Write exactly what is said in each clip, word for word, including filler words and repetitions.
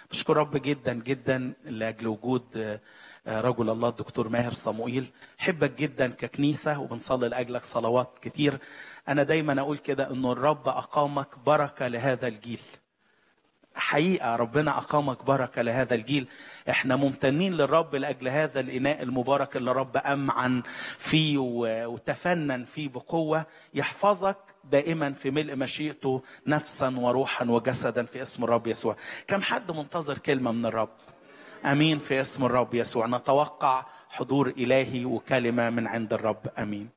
بشكر رب جدا جدا لاجل وجود رجل الله الدكتور ماهر صموئيل. حبك جدا ككنيسه وبنصلي لاجلك صلوات كتير. انا دايما اقول كده انه الرب اقامك بركه لهذا الجيل. حقيقه ربنا اقامك بركه لهذا الجيل. احنا ممتنين للرب لاجل هذا الاناء المبارك اللي الرب امعن فيه وتفنن فيه بقوه. يحفظك دائما في ملء مشيئته نفسا وروحا وجسدا في اسم الرب يسوع. كم حد منتظر كلمه من الرب؟ امين في اسم الرب يسوع. نتوقع حضور الهي وكلمه من عند الرب. امين.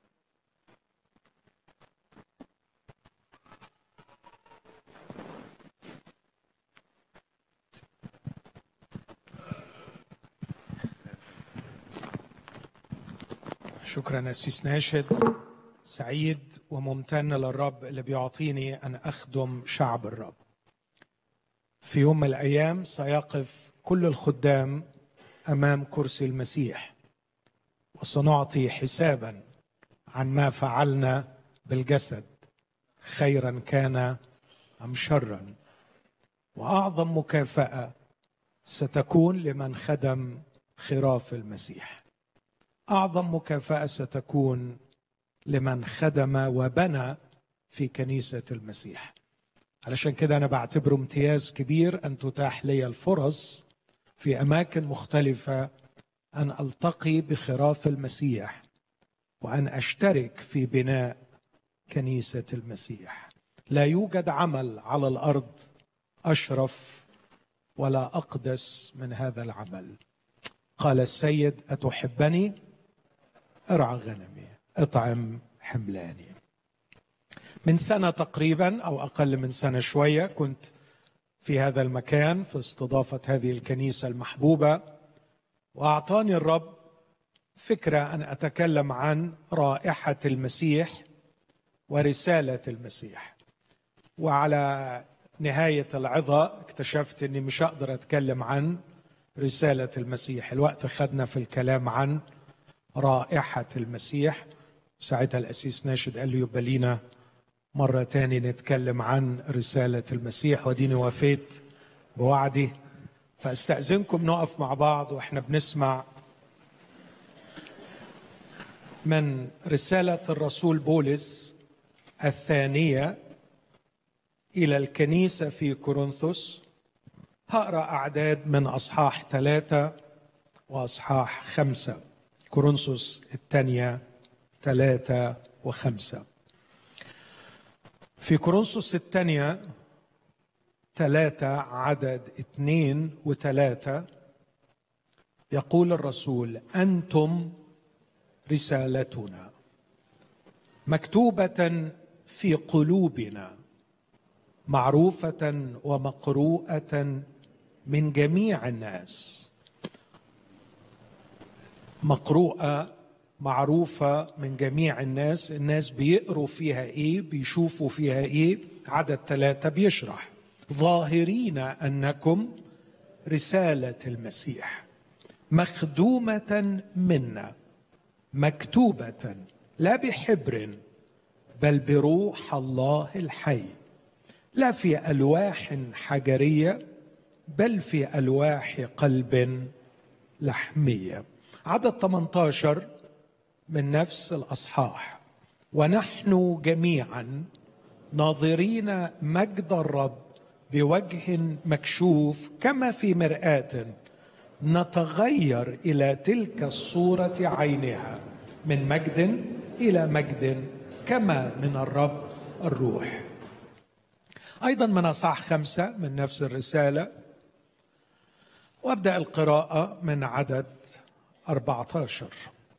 شكرا أسيس ناشد. سعيد وممتن للرب اللي بيعطيني أن أخدم شعب الرب. في يوم من الأيام سيقف كل الخدام أمام كرسي المسيح وسنعطي حسابا عن ما فعلنا بالجسد، خيرا كان أم شرا. وأعظم مكافأة ستكون لمن خدم خراف المسيح. أعظم مكافأة ستكون لمن خدم وبنى في كنيسة المسيح. علشان كده أنا بعتبره امتياز كبير أن تتاح لي الفرص في أماكن مختلفة أن ألتقي بخراف المسيح وأن أشترك في بناء كنيسة المسيح. لا يوجد عمل على الأرض أشرف ولا أقدس من هذا العمل. قال السيد: أتحبني؟ ارعى غنمي، اطعم حملاني. من سنة تقريبا أو أقل من سنة شوية كنت في هذا المكان في استضافة هذه الكنيسة المحبوبة، وأعطاني الرب فكرة أن أتكلم عن رائحة المسيح ورسالة المسيح. وعلى نهاية العظة اكتشفت أني مش أقدر أتكلم عن رسالة المسيح. الوقت خدنا في الكلام عن رائحة المسيح. ساعتها الأسيس ناشد قال لي يبقى لينا مرة تاني نتكلم عن رسالة المسيح، وديني وفيت بوعدي. فاستأذنكم نقف مع بعض وإحنا بنسمع من رسالة الرسول بولس الثانية إلى الكنيسة في كورنثوس. هقرأ أعداد من أصحاح ثلاثة وأصحاح خمسة. كورنثوس الثانية ثلاثة وخمسة. في كورنثوس الثانية ثلاثة عدد اثنين وثلاثة يقول الرسول: أنتم رسالتنا مكتوبة في قلوبنا، معروفة ومقروءة من جميع الناس. مقروءة معروفة من جميع الناس. الناس بيقروا فيها ايه، بيشوفوا فيها ايه. عدد ثلاثة بيشرح: ظاهرين أنكم رسالة المسيح مخدومة منا، مكتوبة لا بحبر بل بروح الله الحي، لا في ألواح حجرية بل في ألواح قلب لحمية. عدد ثمانية عشر من نفس الأصحاح: ونحن جميعا ناظرين مجد الرب بوجه مكشوف كما في مرآة، نتغير إلى تلك الصورة عينها، من مجد إلى مجد كما من الرب الروح. أيضا من أصحاح خمسة من نفس الرسالة، وأبدأ القراءة من عدد أربعة عشر: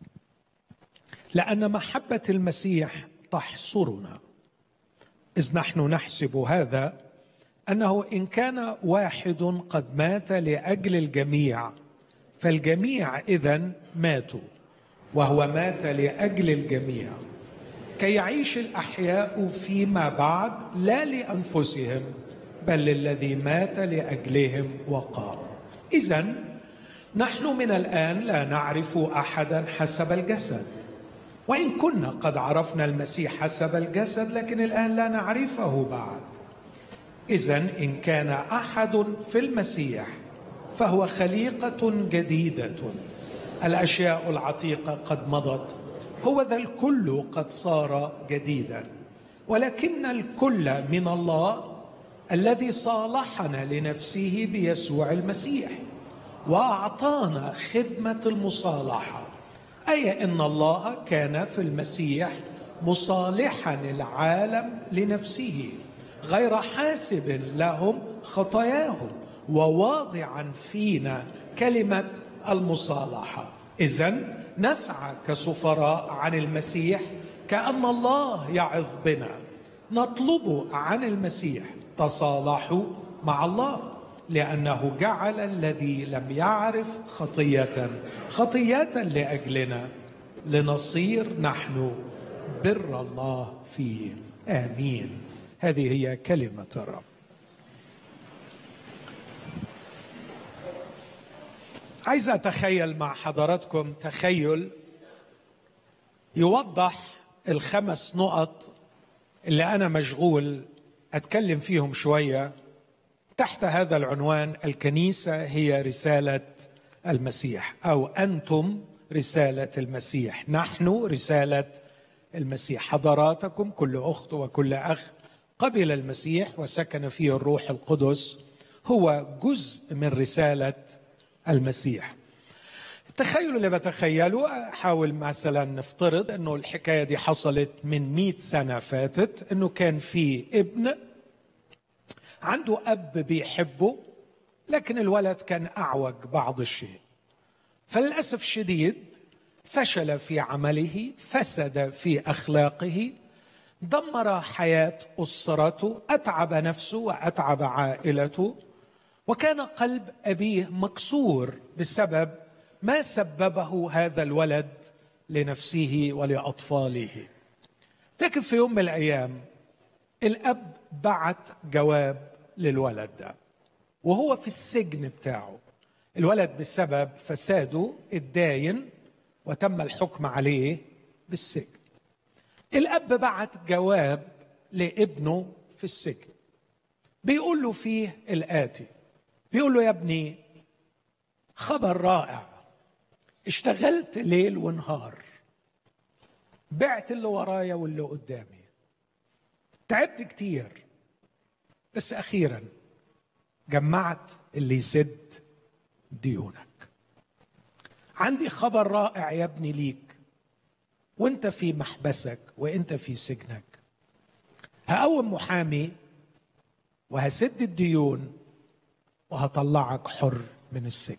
لأن محبة المسيح تحصرنا، إذ نحن نحسب هذا أنه إن كان واحد قد مات لأجل الجميع فالجميع إذن ماتوا، وهو مات لأجل الجميع كي يعيش الأحياء فيما بعد لا لأنفسهم بل للذي مات لأجلهم وقام. إذن نحن من الآن لا نعرف أحدا حسب الجسد، وإن كنا قد عرفنا المسيح حسب الجسد لكن الآن لا نعرفه بعد. إذن إن كان أحد في المسيح فهو خليقة جديدة، الأشياء العتيقة قد مضت، هو ذا الكل قد صار جديدا. ولكن الكل من الله الذي صالحنا لنفسه بيسوع المسيح وأعطانا خدمة المصالحة، أي إن الله كان في المسيح مصالحا العالم لنفسه غير حاسب لهم خطاياهم وواضعا فينا كلمة المصالحة. إذن نسعى كسفراء عن المسيح كأن الله يعظ بنا، نطلب عن المسيح تصالحوا مع الله، لأنه جعل الذي لم يعرف خطية خطية لأجلنا لنصير نحن بر الله فيه. آمين. هذه هي كلمة الرب. عايز أتخيل مع حضراتكم تخيل يوضح الخمس نقط اللي أنا مشغول أتكلم فيهم شوية تحت هذا العنوان: الكنيسة هي رسالة المسيح، أو أنتم رسالة المسيح، نحن رسالة المسيح. حضراتكم كل أخت وكل أخ قبل المسيح وسكن فيه الروح القدس هو جزء من رسالة المسيح. التخيل اللي بتخيله، أحاول مثلا نفترض أنه الحكاية دي حصلت من مئة سنة فاتت، أنه كان في ابن عنده أب بيحبه، لكن الولد أعوج أعوج بعض الشيء، فللأسف شديد فشل في عمله، فسد في أخلاقه، دمر حياة أسرته، أتعب نفسه وأتعب عائلته، وكان قلب أبيه مكسور بسبب ما سببه هذا الولد لنفسه ولأطفاله. لكن في يوم من الأيام الأب بعت جواب للولد ده وهو في السجن بتاعه. الولد بسبب فساده اتداين وتم الحكم عليه بالسجن. الأب بعت جواب لابنه في السجن بيقول له فيه الآتي، بيقول له: يا ابني، خبر رائع، اشتغلت ليل ونهار، بعت اللي ورايا واللي قدامي، تعبت كتير، بس أخيرا جمعت اللي يسد ديونك. عندي خبر رائع يا ابني ليك، وانت في محبسك وانت في سجنك، هقوم محامي وهسد الديون وهطلعك حر من السجن.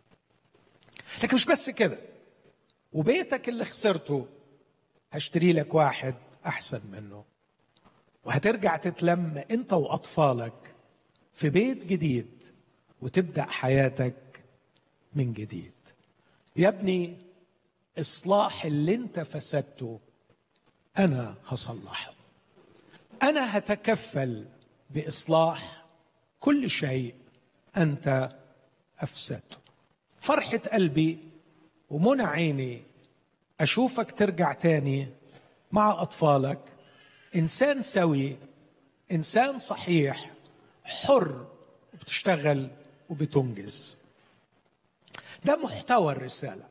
لكن مش بس كده، وبيتك اللي خسرته هشتري لك واحد أحسن منه، وهترجع تتلم انت وأطفالك في بيت جديد وتبدأ حياتك من جديد. يا ابني، إصلاح اللي انت فسدته أنا هصلحه، أنا هتكفل بإصلاح كل شيء أنت أفسدته. فرحة قلبي ومنى عيني أشوفك ترجع تاني مع أطفالك إنسان سوي، إنسان صحيح، حر، وبتشتغل وبتنجز. ده محتوى الرسالة.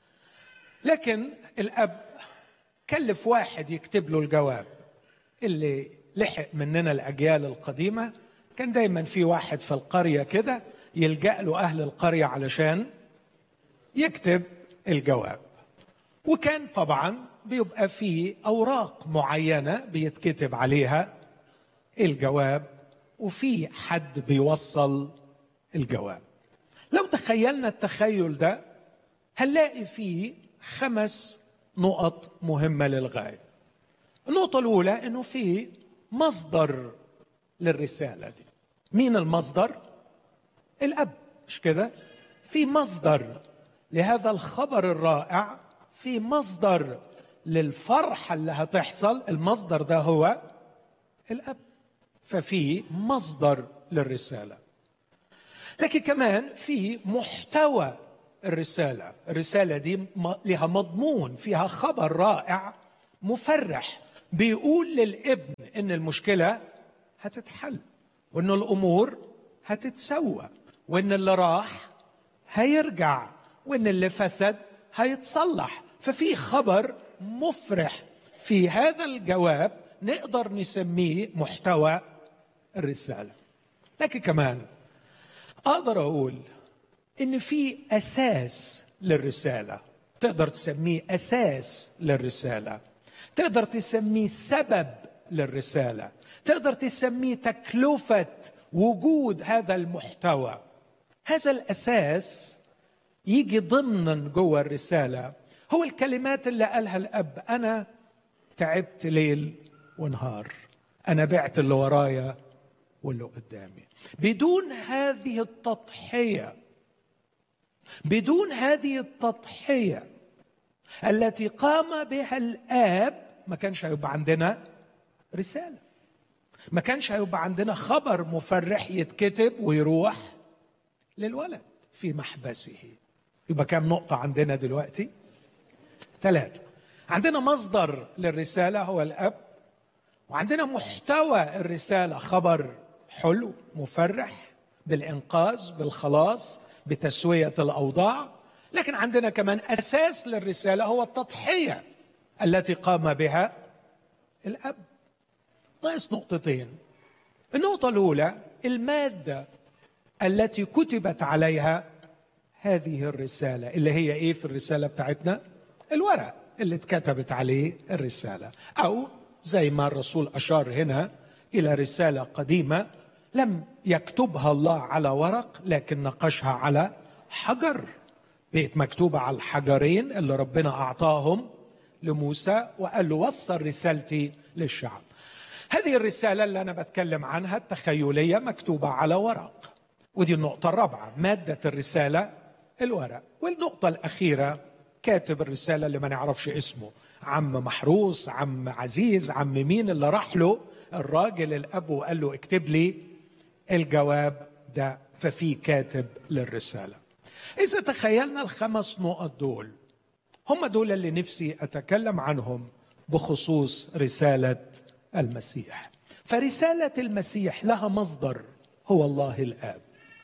لكن الأب كلف واحد يكتب له الجواب. اللي لحق مننا الأجيال القديمة كان دايما في واحد في القرية كده يلجأ له أهل القرية علشان يكتب الجواب، وكان طبعا بيبقى فيه أوراق معينة بيتكتب عليها الجواب، وفي حد بيوصل الجواب. لو تخيلنا التخيل ده هنلاقي فيه خمس نقط مهمة للغاية. النقطة الأولى إنه في مصدر للرسالة دي. مين المصدر؟ الأب، مش كده؟ في مصدر لهذا الخبر الرائع، في مصدر للفرحة اللي هتحصل، المصدر ده هو الأب. ففي مصدر للرسالة، لكن كمان في محتوى الرسالة. الرسالة دي لها مضمون، فيها خبر رائع مفرح بيقول للابن إن المشكلة هتتحل وإن الأمور هتتسوى، وإن اللي راح هيرجع، وإن اللي فسد هيتصلح. ففي خبر مفرح في هذا الجواب نقدر نسميه محتوى الرسالة. لكن كمان أقدر أقول إن في أساس للرسالة، تقدر تسميه أساس للرسالة، تقدر تسميه سبب للرسالة، تقدر تسميه تكلفة وجود هذا المحتوى. هذا الأساس يجي ضمنا جوه الرسالة، هو الكلمات اللي قالها الأب: أنا تعبت ليل ونهار، أنا بعت اللي ورايا واللي قدامي. بدون هذه التضحية، بدون هذه التضحية التي قام بها الآب، ما كانش هيبقى عندنا رسالة، ما كانش هيبقى عندنا خبر مفرح يتكتب ويروح للولد في محبسه. يبقى كام نقطة عندنا دلوقتي؟ ثلاثة. عندنا مصدر للرسالة هو الأب، وعندنا محتوى الرسالة خبر حلو مفرح بالإنقاذ بالخلاص بتسوية الأوضاع، لكن عندنا كمان أساس للرسالة هو التضحية التي قام بها الأب. ناقص نقطتين. النقطة الأولى المادة التي كتبت عليها هذه الرسالة، اللي هي إيه في الرسالة بتاعتنا؟ الورق اللي اتكتبت عليه الرسالة، أو زي ما الرسول أشار هنا إلى رسالة قديمة لم يكتبها الله على ورق لكن نقشها على حجر، بقت مكتوبة على الحجرين اللي ربنا أعطاهم لموسى وقال له وصل رسالتي للشعب. هذه الرسالة اللي أنا بتكلم عنها التخيلية مكتوبة على ورق، ودي النقطة الرابعة، مادة الرسالة الورق. والنقطة الأخيرة كاتب الرسالة اللي ما نعرفش اسمه، عم محروس، عم عزيز، عم مين اللي راح له الراجل الأب وقال له اكتب لي الجواب ده، ففي كاتب للرسالة. إذا تخيلنا الخمس نقط دول هم دول اللي نفسي أتكلم عنهم بخصوص رسالة المسيح. فرسالة المسيح لها مصدر هو الله الآب،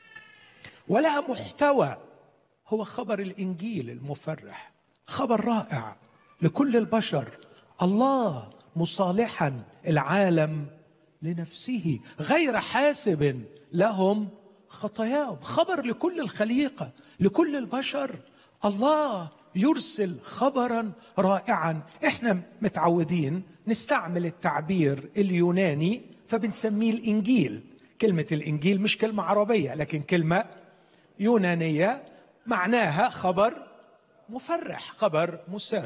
ولها محتوى هو خبر الإنجيل المفرح، خبر رائع لكل البشر، الله مصالحا العالم لنفسه غير حاسب لهم خطاياهم. خبر لكل الخليقة، لكل البشر، الله يرسل خبرا رائعا. احنا متعودين نستعمل التعبير اليوناني فبنسميه الإنجيل. كلمة الإنجيل مش كلمة عربية لكن كلمة يونانية معناها خبر مفرح، خبر مسر.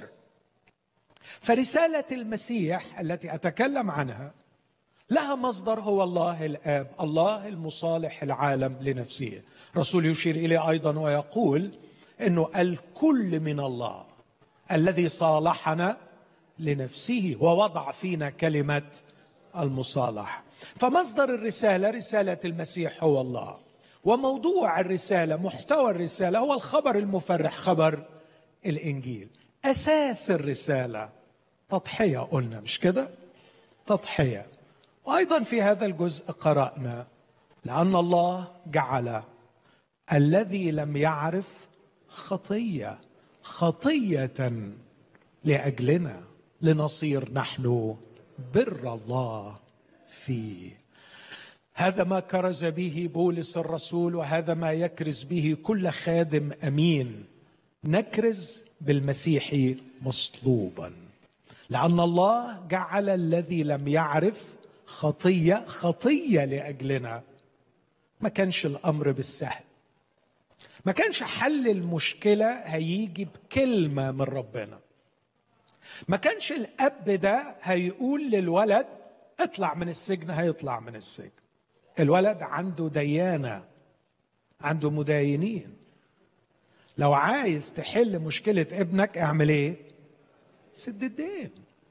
فرسالة المسيح التي أتكلم عنها لها مصدر هو الله الآب، الله المصالح العالم لنفسه. رسول يشير إليه أيضا ويقول إنه الكل من الله الذي صالحنا لنفسه ووضع فينا كلمة المصالحة. فمصدر الرسالة رسالة المسيح هو الله، وموضوع الرسالة محتوى الرسالة هو الخبر المفرح، خبر الإنجيل. أساس الرسالة تضحية، قلنا مش كده؟ تضحية. وأيضا في هذا الجزء قرأنا لأن الله جعل الذي لم يعرف خطية خطية لأجلنا لنصير نحن بر الله فيه. هذا ما كرز به بولس الرسول، وهذا ما يكرز به كل خادم أمين. نكرز بالمسيح مصلوبا، لأن الله جعل الذي لم يعرف خطية خطية لأجلنا. ما كانش الأمر بالسهل، ما كانش حل المشكلة هيجي بكلمة من ربنا، ما كانش الأب ده هيقول للولد اطلع من السجن هيطلع من السجن. الولد عنده ديانة، عنده مداينين. لو عايز تحل مشكلة ابنك اعمل ايه؟ سد الدين.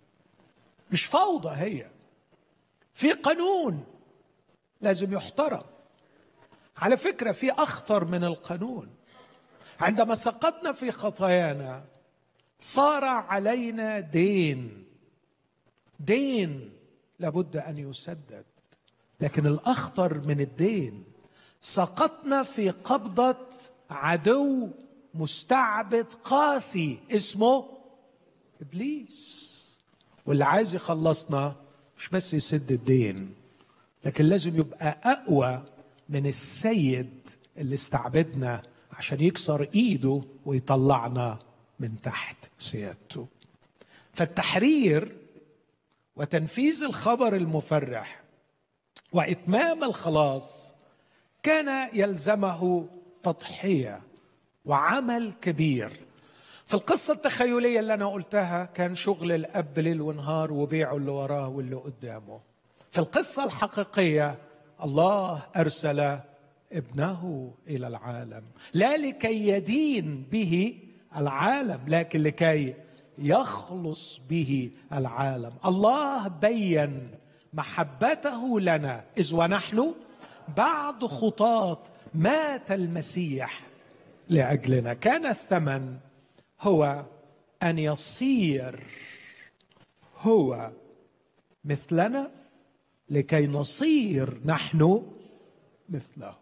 مش فوضى، هي في قانون لازم يحترم. على فكرة في أخطر من القانون. عندما سقطنا في خطايانا صار علينا دين، دين لابد أن يسدد. لكن الأخطر من الدين سقطنا في قبضة عدو مستعبد قاسي اسمه إبليس، واللي عايز يخلصنا مش بس يسد الدين، لكن لازم يبقى أقوى من السيد اللي استعبدنا عشان يكسر إيده ويطلعنا من تحت سيادته. فالتحرير وتنفيذ الخبر المفرح وإتمام الخلاص كان يلزمه تضحية وعمل كبير. في القصة التخيلية اللي أنا قلتها كان شغل الأب ليل ونهار وبيعه اللي وراه واللي قدامه. في القصة الحقيقية الله أرسل ابنه إلى العالم لا لكي يدين به العالم لكن لكي يخلص به العالم. الله بين محبته لنا إذ ونحن بعد خطاة مات المسيح لأجلنا. كان الثمن هو أن يصير هو مثلنا لكي نصير نحن مثله.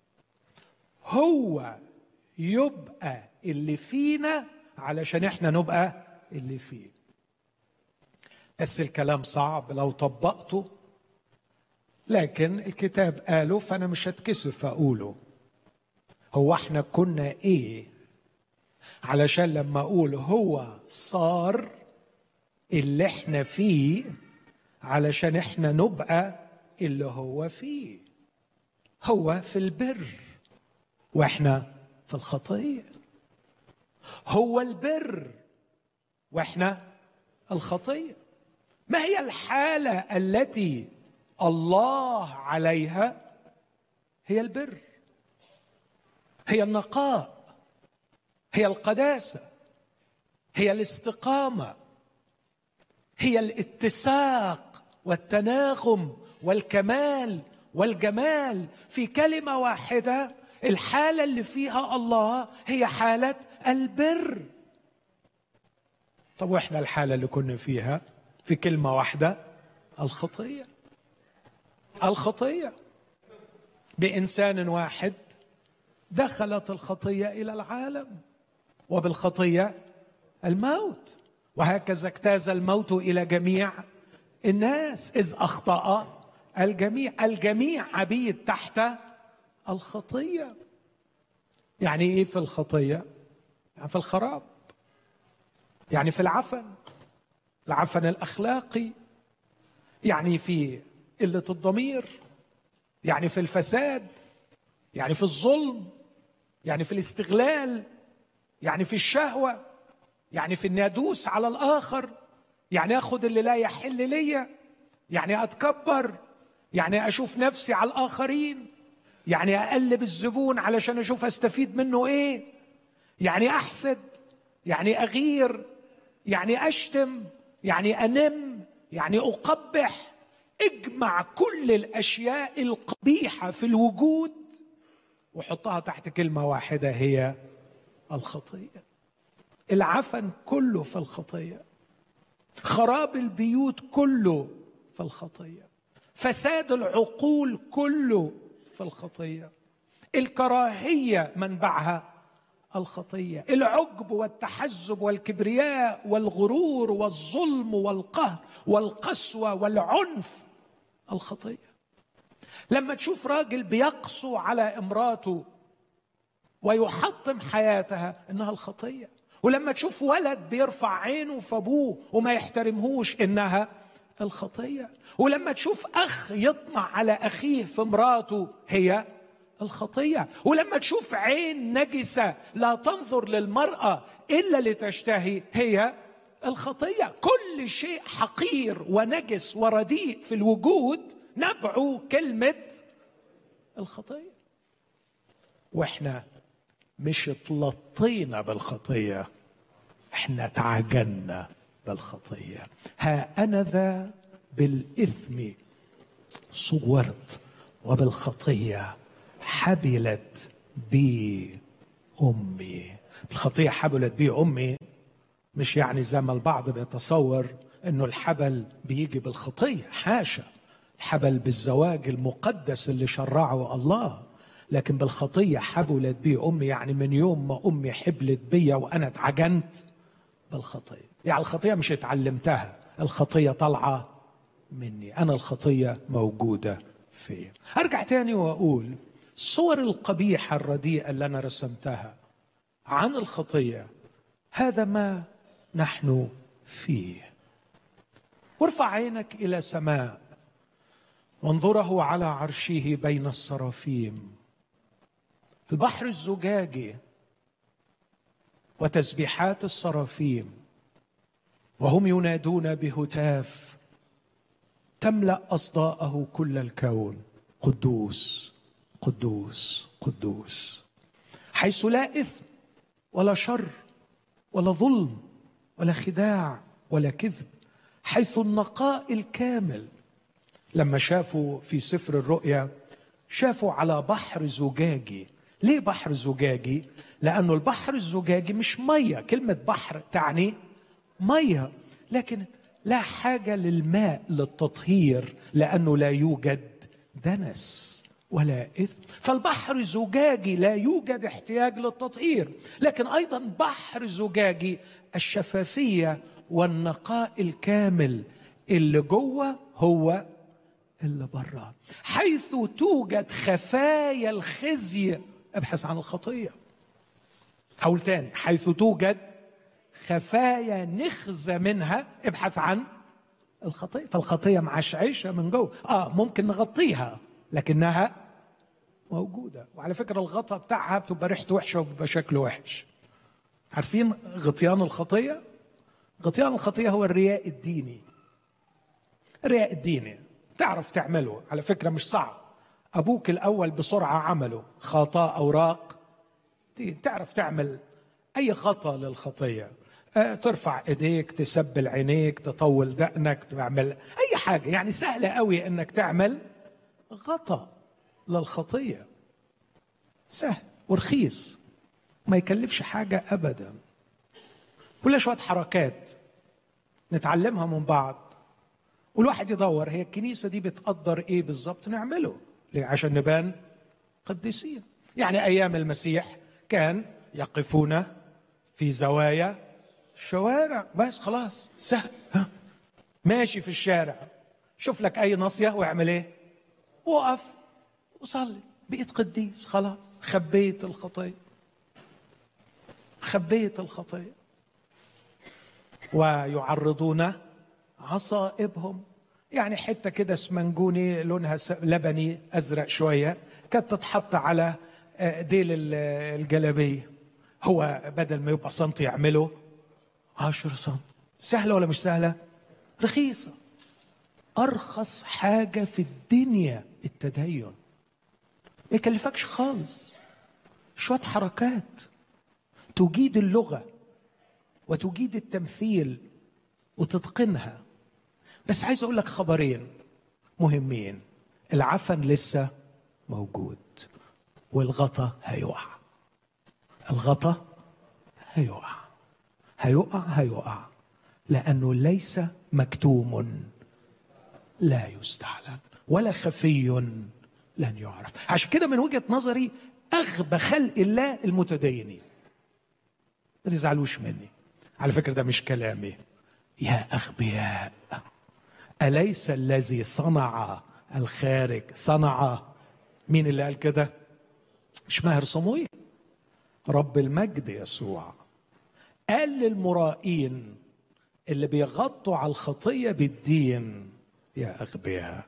هو يبقى اللي فينا علشان احنا نبقى اللي فيه. بس الكلام صعب لو طبقته، لكن الكتاب قاله فأنا مش هتكسف أقوله. هو احنا كنا ايه علشان لما أقول هو صار اللي احنا فيه علشان احنا نبقى اللي هو فيه. هو في البر واحنا في الخطية. هو البر واحنا الخطية. ما هي الحالة التي الله عليها؟ هي البر، هي النقاء، هي القداسة، هي الاستقامة، هي الاتساق والتناغم والكمال والجمال. في كلمة واحدة الحالة اللي فيها الله هي حالة البر. طب واحنا الحالة اللي كنا فيها في كلمة واحدة الخطية. الخطية بإنسان واحد دخلت الخطية إلى العالم، وبالخطية الموت، وهكذا اجتاز الموت إلى جميع الناس إذ أخطأ الجميع. الجميع عبيد تحت الخطية. يعني إيه في الخطية؟ يعني في الخراب، يعني في العفن، العفن الأخلاقي، يعني في قلة الضمير، يعني في الفساد، يعني في الظلم، يعني في الاستغلال، يعني في الشهوة، يعني في اني ادوس على الاخر، يعني اخد اللي لا يحل ليا، يعني اتكبر، يعني اشوف نفسي على الاخرين، يعني اقلب الزبون علشان اشوف استفيد منه ايه، يعني احسد، يعني اغير، يعني اشتم، يعني انم، يعني اقبح. اجمع كل الاشياء القبيحة في الوجود وحطها تحت كلمة واحدة هي الخطية. العفن كله في الخطية، خراب البيوت كله في الخطية، فساد العقول كله في الخطية، الكراهية منبعها الخطية، العجب والتحزب والكبرياء والغرور والظلم والقهر والقسوة والعنف الخطية. لما تشوف راجل بيقسو على امراته ويحطم حياتها انها الخطية، ولما تشوف ولد بيرفع عينه في ابوه وما يحترمهوش انها الخطية، ولما تشوف اخ يطمع على اخيه في امراته هي الخطية، ولما تشوف عين نجسة لا تنظر للمرأة الا لتشتهي هي الخطية. كل شيء حقير ونجس ورديء في الوجود نبعه كلمة الخطية. واحنا مش اتلطينا بالخطية، احنا تعجلنا بالخطية. ها أنا ذا بالإثم صورت وبالخطية حبلت بي أمي. الخطية حبلت بي أمي مش يعني زي ما البعض بيتصور انه الحبل بيجي بالخطية، حاشا. الحبل بالزواج المقدس اللي شرعه الله، لكن بالخطية حبلت بي أمي، يعني من يوم ما أمي حبلت بي وأنا اتعجنت بالخطية. يعني الخطية مش اتعلمتها، الخطية طالعة مني أنا، الخطية موجودة فيا. أرجع تاني وأقول الصور القبيحة الرديئة اللي أنا رسمتها عن الخطية هذا ما نحن فيه. وارفع عينك إلى سماء وانظره على عرشه بين السرافيم في البحر الزجاجي وتسبيحات السرافيم وهم ينادون بهتاف تملأ أصداءه كل الكون، قدوس قدوس قدوس، حيث لا إثم ولا شر ولا ظلم ولا خداع ولا كذب، حيث النقاء الكامل. لما شافوا في سفر الرؤيا شافوا على بحر زجاجي. ليه بحر زجاجي؟ لأنه البحر الزجاجي مش مية، كلمة بحر تعني مية، لكن لا حاجة للماء للتطهير لأنه لا يوجد دنس ولا إثم. فالبحر زجاجي لا يوجد احتياج للتطهير، لكن أيضا بحر زجاجي الشفافية والنقاء الكامل اللي جوه هو اللي بره، حيث توجد خفايا الخزي. ابحث عن الخطية. حول تاني، حيث توجد خفايا نخزى منها ابحث عن الخطية. فالخطية معشعشة من جوه، اه ممكن نغطيها لكنها موجودة. وعلى فكرة الغطاء بتاعها بتبقى ريحته وحشة وبيبقى شكله وحش. عارفين غطيان الخطية؟ غطيان الخطية هو الرياء الديني. الرياء الديني تعرف تعمله، على فكرة مش صعب. أبوك الأول بسرعة عمله خطاء أوراق، تعرف تعمل أي خطأ للخطية. أه ترفع إيديك، تسبل عينيك، تطول دقنك، تعمل أي حاجة. يعني سهلة قوي أنك تعمل غطاء للخطية، سهل ورخيص، ما يكلفش حاجة أبدا. كلها شوية حركات نتعلمها من بعض، والواحد يدور هي الكنيسة دي بتقدر إيه بالظبط نعمله. ليه؟ عشان نبان قديسين. يعني أيام المسيح كان يقفون في زوايا الشوارع، بس خلاص سهل. ها ماشي في الشارع، شوف لك أي ناصية واعمل إيه؟ وقف وصلي، بقيت قديس خلاص. خبيت الخطية، خبيت الخطية. ويعرضون عصائبهم، يعني حتة كده اسمنجوني لونها لبني أزرق شوية كانت تتحط على ديل الجلابية، هو بدل ما يبقى سنتي يعمله عشر سنت. سهلة ولا مش سهلة؟ رخيصة. أرخص حاجة في الدنيا التدين، ما يكلفكش خالص. شوية حركات تجيد اللغة وتجيد التمثيل وتتقنها. بس عايز أقول لك خبرين مهمين: العفن لسه موجود والغطا هيقع. الغطا هيقع هيقع هيقع لأنه ليس مكتوم لا يستعلن ولا خفي لن يعرف. عشان كده من وجهة نظري أغبى خلق الله المتدينين. ما تزعلوش مني، على فكرة ده مش كلامي. يا أغبياء، أليس الذي صنع الخارج صنع؟ مين اللي قال كده؟ مش ماهر صموئيل، رب المجد يسوع قال للمرائين اللي بيغطوا على الخطية بالدين: يا أغبياء،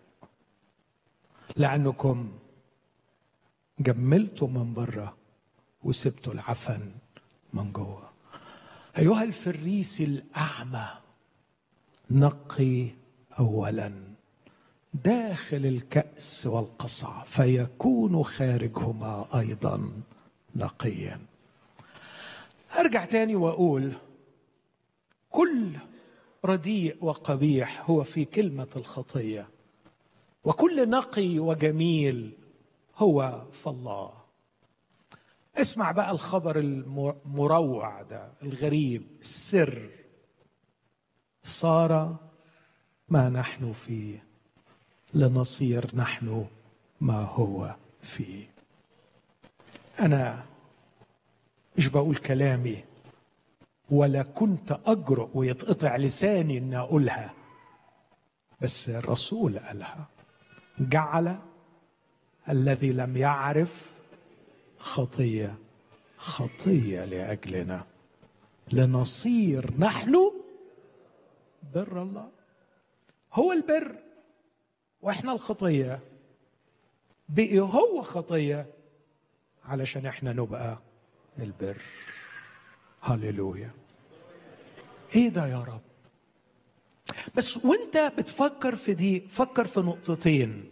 لأنكم جملتوا من بره وسبتوا العفن من جوه. أيها الفريسي الأعمى، نقي أولا داخل الكأس والقصعة فيكون خارجهما أيضا نقيا. أرجع تاني وأقول كل رديء وقبيح هو في كلمة الخطية، وكل نقي وجميل هو في الله. اسمع بقى الخبر المروع ده الغريب، السر: صار ما نحن فيه لنصير نحن ما هو فيه. أنا مش بقول كلامي ولا كنت أجرؤ ويتقطع لساني إن أقولها، بس الرسول قالها: جعل الذي لم يعرف خطية خطية لأجلنا لنصير نحن بر الله. هو البر وإحنا الخطية، بقي هو خطية علشان إحنا نبقى البر. هاليلويا. إيه ده يا رب؟ بس وانت بتفكر في دي فكر في نقطتين.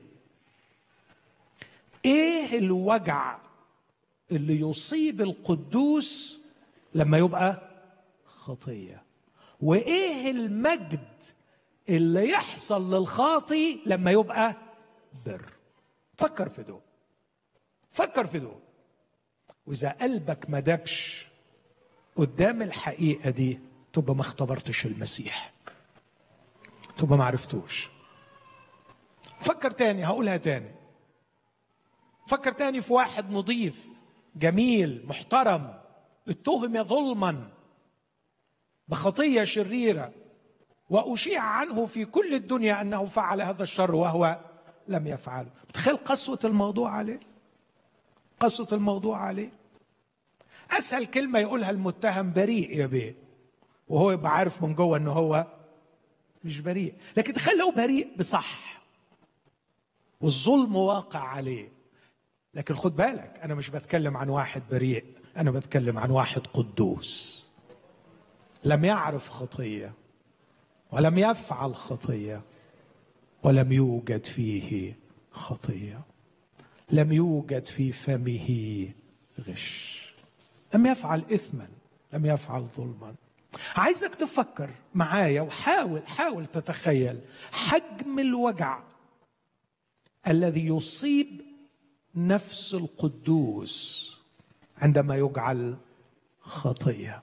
ايه الوجع اللي يصيب القدوس لما يبقى خطية، وايه المجد اللي يحصل للخاطي لما يبقى بر. فكر في دول، فكر في دول. واذا قلبك ما دبش قدام الحقيقة دي تبقى ما اختبرتش المسيح، تبقى ما عرفتوش. فكر تاني، هقولها تاني. فكر تاني في واحد نظيف جميل محترم اتهم ظلما بخطية شريرة وأشيع عنه في كل الدنيا أنه فعل هذا الشر وهو لم يفعله. تخيل قسوة الموضوع عليه، قسوة الموضوع عليه. أسهل كلمة يقولها المتهم بريء يا بيه، وهو يبقى عارف من جوه أنه هو مش بريء. لكن تخيل لو بريء بصح والظلم واقع عليه. لكن خد بالك، أنا مش بتكلم عن واحد بريء، أنا بتكلم عن واحد قدوس لم يعرف خطية ولم يفعل خطية ولم يوجد فيه خطية، لم يوجد في فمه غش، لم يفعل إثما، لم يفعل ظلما. عايزك تفكر معايا وحاول حاول تتخيل حجم الوجع الذي يصيب نفس القدوس عندما يجعل خطية.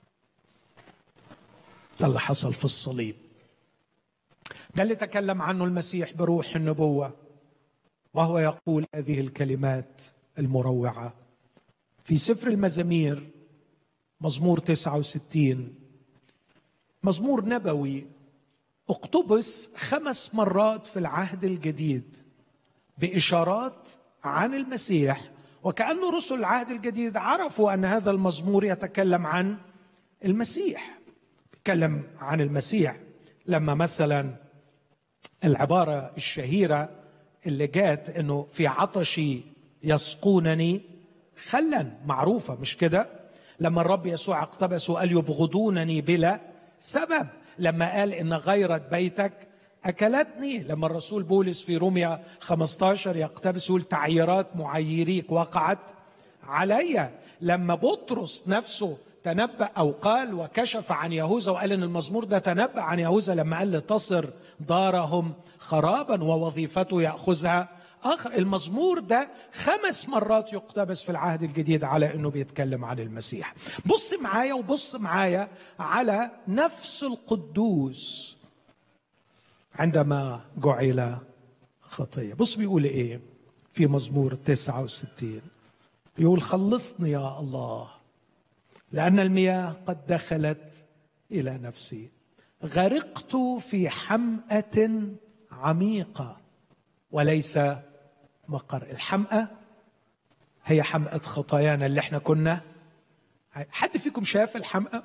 ده اللي حصل في الصليب، ده اللي تكلم عنه المسيح بروح النبوة وهو يقول هذه الكلمات المروعة في سفر المزامير، مزمور تسعة وستين، مزمور نبوي اقتبس خمس مرات في العهد الجديد بإشارات عن المسيح، وكأن رسل العهد الجديد عرفوا أن هذا المزمور يتكلم عن المسيح، يتكلم عن المسيح. لما مثلا العبارة الشهيرة اللي جات أنه في عطشي يسقونني خلا، معروفة مش كده؟ لما الرب يسوع اقتبس وقال يبغضونني بلا سبب، لما قال إن غيرة بيتك أكلتني، لما الرسول بولس في روميا خمسة عشر يقتبس يقول تعييرات معيريك وقعت علي، لما بطرس نفسه تنبأ أو قال وكشف عن يهوذا وقال إن المزمور ده تنبأ عن يهوذا لما قال لتصر دارهم خرابا ووظيفته يأخذها آخر. المزمور ده خمس مرات يقتبس في العهد الجديد على إنه بيتكلم عن المسيح. بص معايا وبص معايا على نفس القدوس عندما جعل خطية. بص بيقول إيه في مزمور تسعة وستين، يقول خلصني يا الله لأن المياه قد دخلت إلى نفسي، غرقت في حمأة عميقة وليس مقر. الحمأة هي حمأة خطايانا اللي احنا كنا. حد فيكم شاف الحمأة؟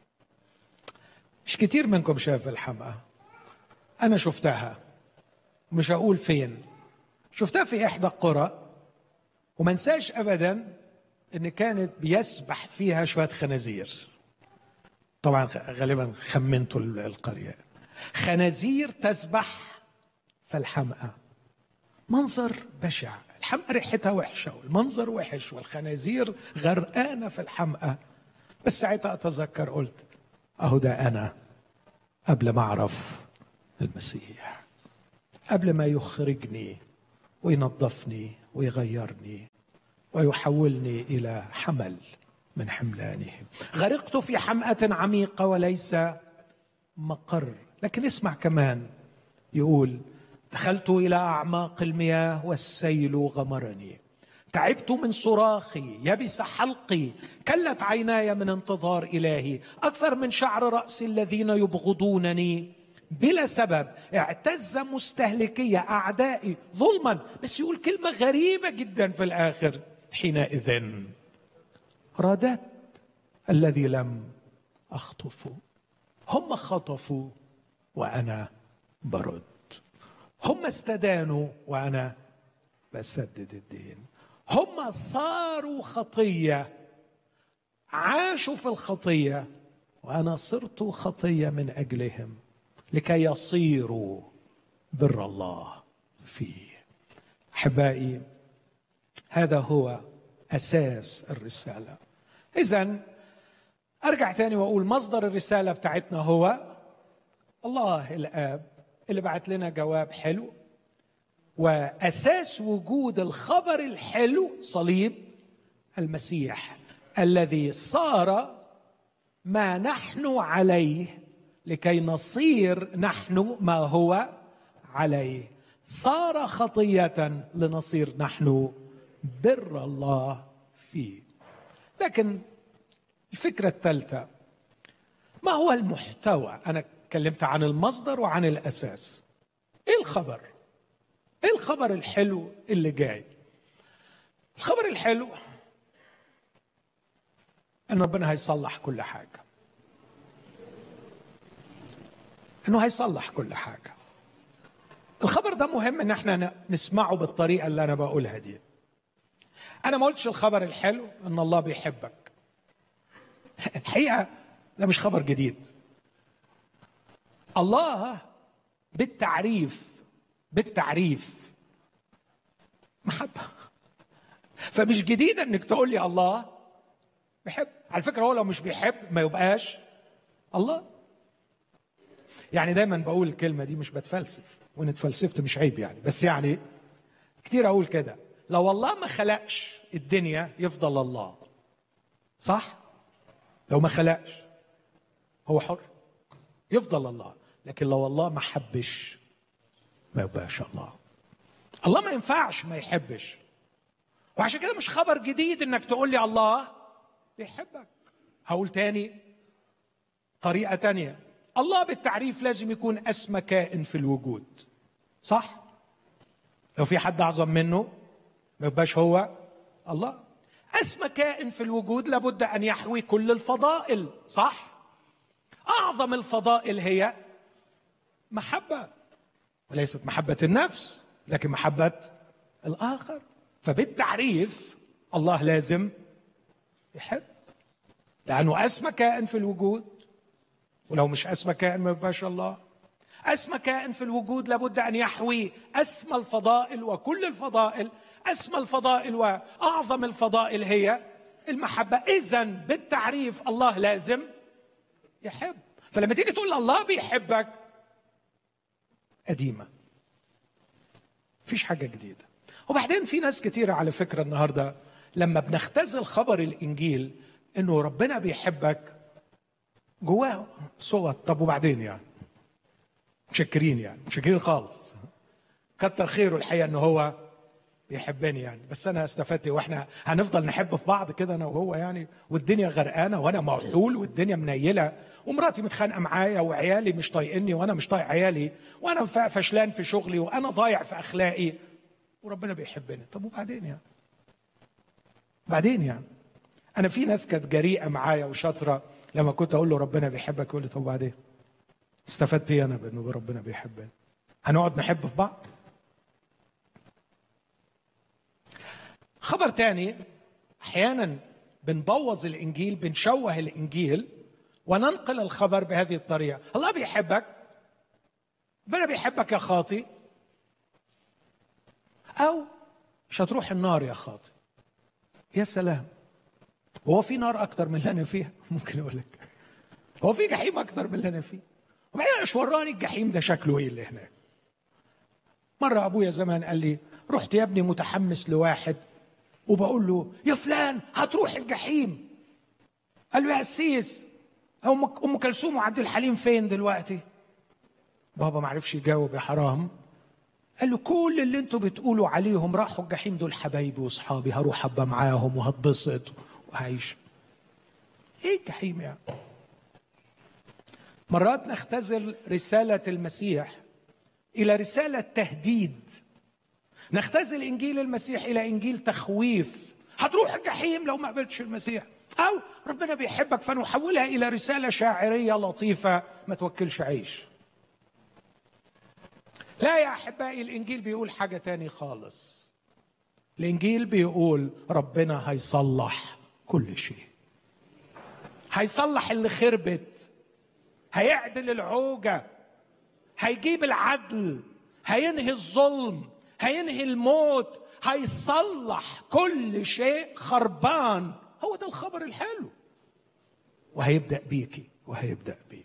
مش كتير منكم شاف الحمأة. أنا شفتها، مش هقول فين، شفتها في إحدى القرى، وما انساش أبدا إن كانت بيسبح فيها شوية خنازير. طبعا غالبا خمنتوا القرية، خنازير تسبح في الحمأة. منظر بشع، الحمأة ريحتها وحشة والمنظر وحش والخنازير غرقانة في الحمأة. بس ساعتها أتذكر قلت أهو ده أنا قبل ما أعرف المسيح، قبل ما يخرجني وينظفني ويغيرني ويحولني إلى حمل من حملانه. غرقت في حمأة عميقة وليس مقر. لكن اسمع كمان، يقول دخلت إلى أعماق المياه والسيل غمرني. تعبت من صراخي، يبس حلقي، كلت عيناي من انتظار إلهي. أكثر من شعر رأسي الذين يبغضونني بلا سبب. اعتز مستهلكي أعدائي ظلما. بس يقول كلمة غريبة جدا في الآخر: حينئذ رددت الذي لم أخطفه. هم خطفوا وأنا برد، هم استدانوا وأنا بسدد الدين. هم صاروا خطية، عاشوا في الخطية، وأنا صرت خطية من أجلهم لكي يصيروا بر الله فيه. أحبائي، هذا هو أساس الرسالة. إذن أرجع تاني وأقول مصدر الرسالة بتاعتنا هو الله الآب اللي بعت لنا جواب حلو، وأساس وجود الخبر الحلو صليب المسيح الذي صار ما نحن عليه لكي نصير نحن ما هو عليه. صار خطية لنصير نحن بر الله فيه. لكن الفكرة الثالثة، ما هو المحتوى؟ أنا اتكلمت عن المصدر وعن الأساس. إيه الخبر؟ إيه الخبر الحلو اللي جاي؟ الخبر الحلو أن ربنا هيصلح كل حاجة، أنه هيصلح كل حاجة. الخبر ده مهم أن احنا نسمعه بالطريقة اللي أنا بقولها دي. أنا ما قلتش الخبر الحلو أن الله بيحبك. الحقيقة ده مش خبر جديد. الله بالتعريف بالتعريف محبة، فمش جديد انك تقول لي الله بيحب. على فكرة هو لو مش بيحب ما يبقاش الله. يعني دايما بقول الكلمة دي، مش بتفلسف، وان اتفلسفت مش عيب يعني، بس يعني كتير اقول كده: لو الله ما خلقش الدنيا يفضل الله، صح؟ لو ما خلقش هو حر يفضل الله، لكن لو الله ما حبش ما يبقاش الله. الله ما ينفعش ما يحبش. وعشان كده مش خبر جديد انك تقول لي الله بيحبك. هقول تاني طريقة تانية: الله بالتعريف لازم يكون أسمى كائن في الوجود، صح؟ لو في حد أعظم منه ما يبقاش هو الله. أسمى كائن في الوجود لابد أن يحوي كل الفضائل، صح؟ أعظم الفضائل هي محبة، وليست محبة النفس لكن محبة الآخر. فبالتعريف الله لازم يحب، لأنه أسمى كائن في الوجود، ولو مش أسمى كائن ما يبقاش الله. أسمى كائن في الوجود لابد أن يحوي أسمى الفضائل وكل الفضائل. أسمى الفضائل وأعظم الفضائل هي المحبة. إذن بالتعريف الله لازم يحب. فلما تيجي تقول الله بيحبك قديمة، مفيش حاجة جديدة. وبعدين في ناس كتيرة على فكرة النهاردة لما بنختزل خبر الإنجيل إنه ربنا بيحبك جواه صوت. طب وبعدين يعني مشكرين يعني مشكرين خالص، كتر خيره الحقيقة إنه هو بيحبني يعني، بس أنا استفدت. وإحنا هنفضل نحب في بعض كده أنا وهو يعني، والدنيا غرقانة وأنا موحول والدنيا منيلة، ومراتي متخانقة معايا وعيالي مش طايقني وأنا مش طايق عيالي، وأنا فشلان في شغلي وأنا ضايع في أخلاقي، وربنا بيحبني. طب وبعدين يعني بعدين يعني أنا في ناس كانت جريئة معايا وشاطرة، لما كنت أقول له ربنا بيحبك يقول لي طب وبعدين استفدت إيه أنا بأنه ربنا بيحبني؟ هنقعد نحب في بعض؟ خبر تاني، أحيانا بنبوظ الإنجيل، بنشوه الإنجيل وننقل الخبر بهذه الطريقة: الله بيحبك، ربنا بيحبك يا خاطي، أو مش هتروح النار يا خاطي. يا سلام، هو في نار أكتر من اللي أنا فيها؟ ممكن أقول لك هو في جحيم أكتر من اللي أنا فيه؟ وبعدين مش وراني الجحيم ده شكله إيه اللي هناك. مرة أبويا زمان قال لي، رحت يا ابني متحمس لواحد وبقول له يا فلان هتروح الجحيم. قال له يا قسيس أم كلثوم وعبد الحليم فين دلوقتي؟ بابا ما عرفش يجاوب يا حرام، قال له كل اللي انتوا بتقولوا عليهم راحوا الجحيم دول حبايبي واصحابي، هروح ابقى معاهم وهتبسط وهعيش. ايه الجحيم يعني؟ مرات نختزل رسالة المسيح إلى رسالة تهديد، نختزل إنجيل المسيح إلى إنجيل تخويف، هتروح الجحيم لو ما قبلتش المسيح، أو ربنا بيحبك فنحولها إلى رسالة شاعرية لطيفة ما توكلش عيش. لا يا أحبائي، الإنجيل بيقول حاجة تاني خالص. الإنجيل بيقول ربنا هيصلح كل شيء، هيصلح اللي خربت، هيعدل العوجة، هيجيب العدل، هينهي الظلم، هينهي الموت، هيصلح كل شيء خربان. هو ده الخبر الحلو. وهيبدأ بيكي وهيبدأ بيك.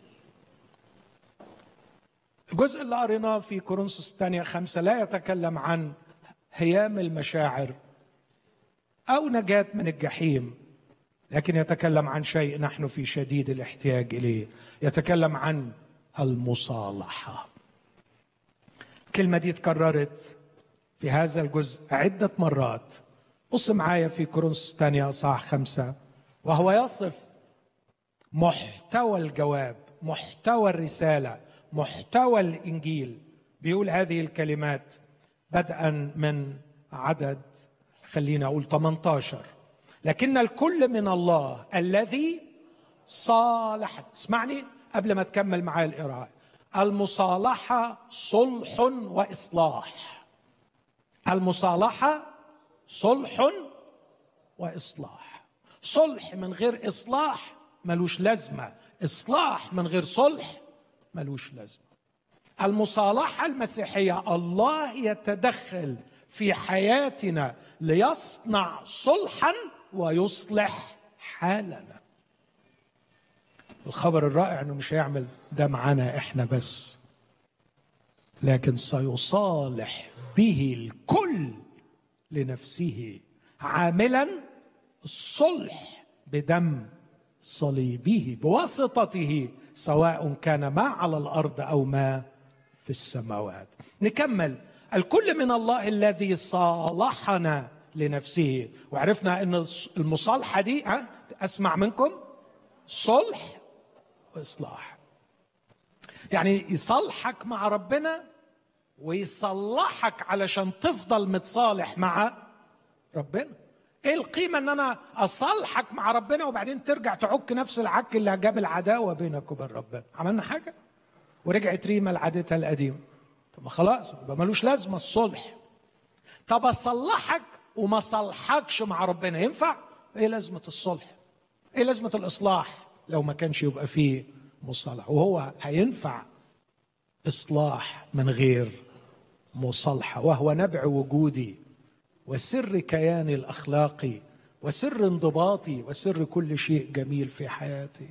الجزء اللي قريناه في كورنثوس الثانية خمسة لا يتكلم عن هيام المشاعر أو نجاة من الجحيم، لكن يتكلم عن شيء نحن في شديد الاحتياج إليه. يتكلم عن المصالحة. الكلمة دي اتكررت في هذا الجزء عدة مرات. بص معايا في كورنثوس الثانية أصحاح خمسة، وهو يصف محتوى الجواب، محتوى الرسالة، محتوى الإنجيل. بيقول هذه الكلمات بدءا من عدد خلينا أقول ثمانية عشر: لكن الكل من الله الذي صالح. اسمعني قبل ما تكمل معايا القراءة. المصالحة صلح وإصلاح. المصالحة صلح وإصلاح. صلح من غير إصلاح ملوش لازمة، إصلاح من غير صلح ملوش لازمة. المصالحة المسيحية الله يتدخل في حياتنا ليصنع صلحا ويصلح حالنا. الخبر الرائع انه مش هيعمل ده معانا احنا بس، لكن سيصالح به الكل لنفسه، عاملا الصلح بدم صليبه بواسطته، سواء كان ما على الارض او ما في السماوات. نكمل. الكل من الله الذي صالحنا لنفسه. وعرفنا ان المصالحه دي ها اسمع منكم صلح واصلاح، يعني يصلحك مع ربنا ويصلحك علشان تفضل متصالح مع ربنا. ايه القيمه ان انا اصالحك مع ربنا وبعدين ترجع تعك نفس العك اللي جاب العداوه بينك وبين ربنا؟ عملنا حاجه ورجعت ريما لعادتها القديمه. طب خلاص يبقى ملوش لازمه الصلح. طب اصلحك وما صلحكش مع ربنا ينفع؟ ايه لازمه الصلح؟ ايه لازمه الاصلاح لو ما كانش يبقى فيه مصالحه؟ وهو هينفع اصلاح من غير مصالحه، وهو نبع وجودي وسر كياني الاخلاقي وسر انضباطي وسر كل شيء جميل في حياتي.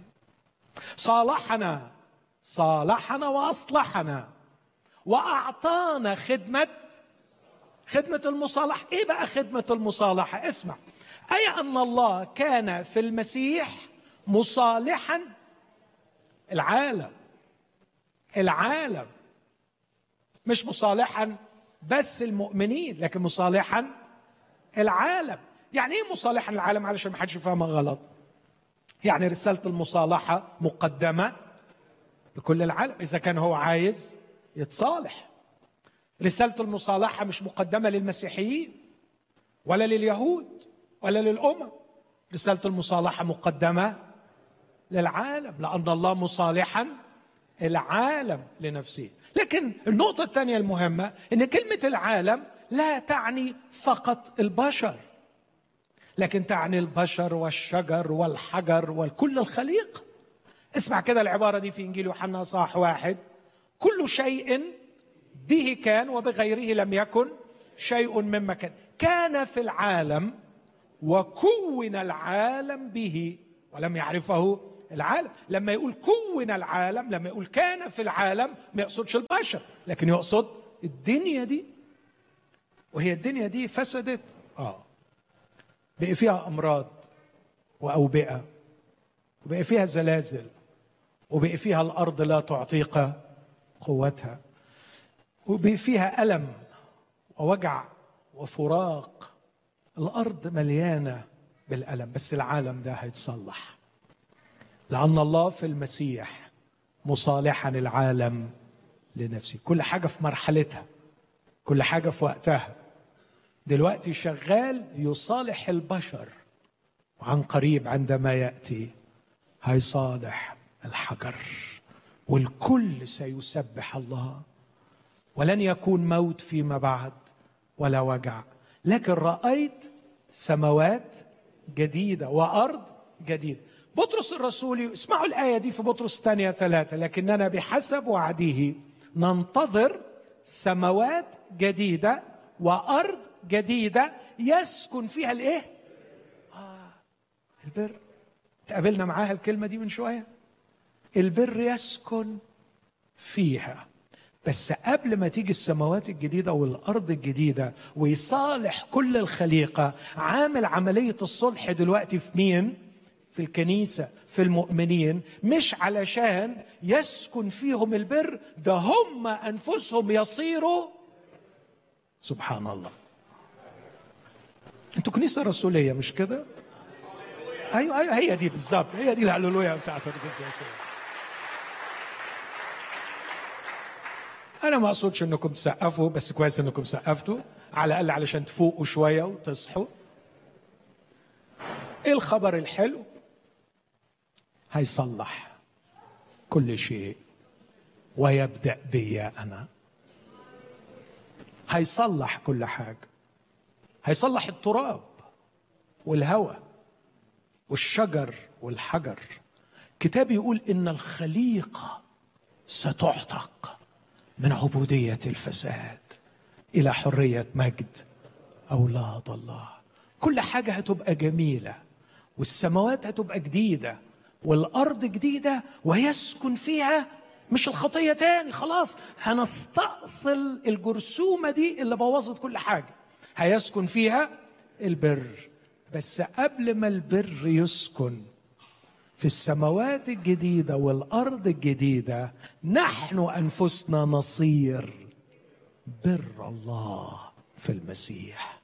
صالحنا صالحنا واصلحنا واعطانا خدمه خدمه المصالحه. ايه بقى خدمه المصالحه؟ اسمع. اي ان الله كان في المسيح مصالحا العالم. العالم مش مصالحا بس المؤمنين، لكن مصالحا العالم. يعني ايه مصالحا العالم؟ علشان ما حدش يفهمها غلط. يعني رساله المصالحه مقدمه لكل العالم اذا كان هو عايز يتصالح. رساله المصالحه مش مقدمه للمسيحيين ولا لليهود ولا للامم. رساله المصالحه مقدمه للعالم، لان الله مصالحا العالم لنفسه. لكن النقطه الثانيه المهمه ان كلمه العالم لا تعني فقط البشر، لكن تعني البشر والشجر والحجر وكل الخليقه. اسمع كده العباره دي في انجيل يوحنا اصحاح واحد: كل شيء به كان وبغيره لم يكن شيء مما كان. كان في العالم وكون العالم به ولم يعرفه العالم. لما يقول كون العالم، لما يقول كان في العالم، ما يقصدش البشر، لكن يقصد الدنيا دي. وهي الدنيا دي فسدت، اه بقى فيها امراض واوبئه، وبقى فيها زلازل، وبقى فيها الارض لا تعطيك قوتها. وفيها ألم ووجع وفراق. الأرض مليانة بالألم، بس العالم ده هيتصلح لأن الله في المسيح مصالحا العالم لنفسه. كل حاجة في مرحلتها، كل حاجة في وقتها. دلوقتي شغال يصالح البشر، وعن قريب عندما يأتي هيصالح الحجر، والكل سيسبح الله، ولن يكون موت فيما بعد ولا وجع. لكن رأيت سماوات جديدة وأرض جديدة. بطرس الرسول، اسمعوا الآية دي في بطرس الثانية ثلاثة، لكننا بحسب وعده ننتظر سماوات جديدة وأرض جديدة يسكن فيها الإيه؟ آه البر. تقابلنا معاها الكلمة دي من شوية. البر يسكن فيها. بس قبل ما تيجي السماوات الجديدة والأرض الجديدة ويصالح كل الخليقة، عامل عملية الصلح دلوقتي في مين؟ في الكنيسة، في المؤمنين. مش علشان يسكن فيهم البر، ده هم أنفسهم يصيروا. سبحان الله. انتوا كنيسة رسولية مش كده؟ ايوه ايوه هي دي بالظبط، هي دي الهللويا بتاعت الكنيسة. أنا ما أقصدش إنكم تسقفوا، بس كويس إنكم سقفتوا على الأقل علشان تفوقوا شوية وتصحوا. إيه الخبر الحلو؟ هيصلح كل شيء ويبدأ بي أنا. هيصلح كل حاجة. هيصلح التراب والهواء والشجر والحجر. كتاب يقول إن الخليقة ستعتق من عبودية الفساد إلى حرية مجد أولاد الله. كل حاجة هتبقى جميلة، والسماوات هتبقى جديدة، والأرض جديدة، ويسكن فيها مش الخطية تاني. خلاص هنستأصل الجرثومة دي اللي بوظت كل حاجة. هيسكن فيها البر. بس قبل ما البر يسكن في السماوات الجديدة والأرض الجديدة، نحن أنفسنا نصير بر الله في المسيح.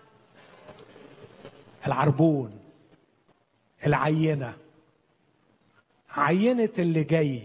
العربون، العينة، عينة اللي جاي،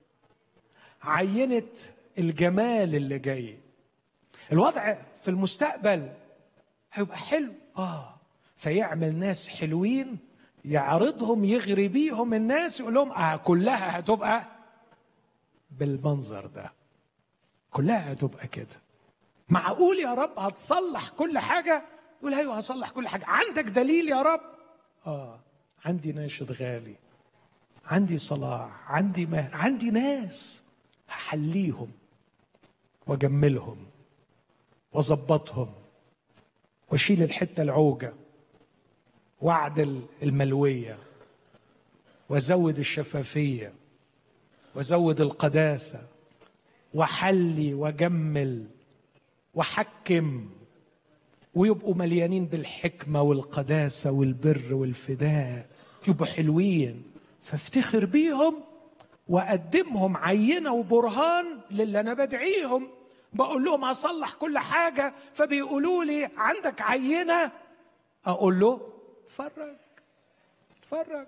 عينة الجمال اللي جاي. الوضع في المستقبل هيبقى حلو، آه فيعمل ناس حلوين يعرضهم، يغري بيهم الناس، يقول لهم آه كلها هتبقى بالمنظر ده، كلها هتبقى كده. معقول يا رب هتصلح كل حاجة؟ يقول ايوه هصلح كل حاجة. عندك دليل يا رب؟ آه عندي ناشد غالي، عندي صلاح، عندي مهر، عندي ناس هحليهم واجملهم واظبطهم واشيل الحتة العوجة واعدل الملوية وازود الشفافية وازود القداسة وحلي واجمل وحكم، ويبقوا مليانين بالحكمة والقداسة والبر والفداء، يبقوا حلوين. فافتخر بيهم وأقدمهم عينة وبرهان للي أنا بدعيهم. بقول لهم أصلح كل حاجة، فبيقولوا لي عندك عينة؟ أقول له اتفرج اتفرج.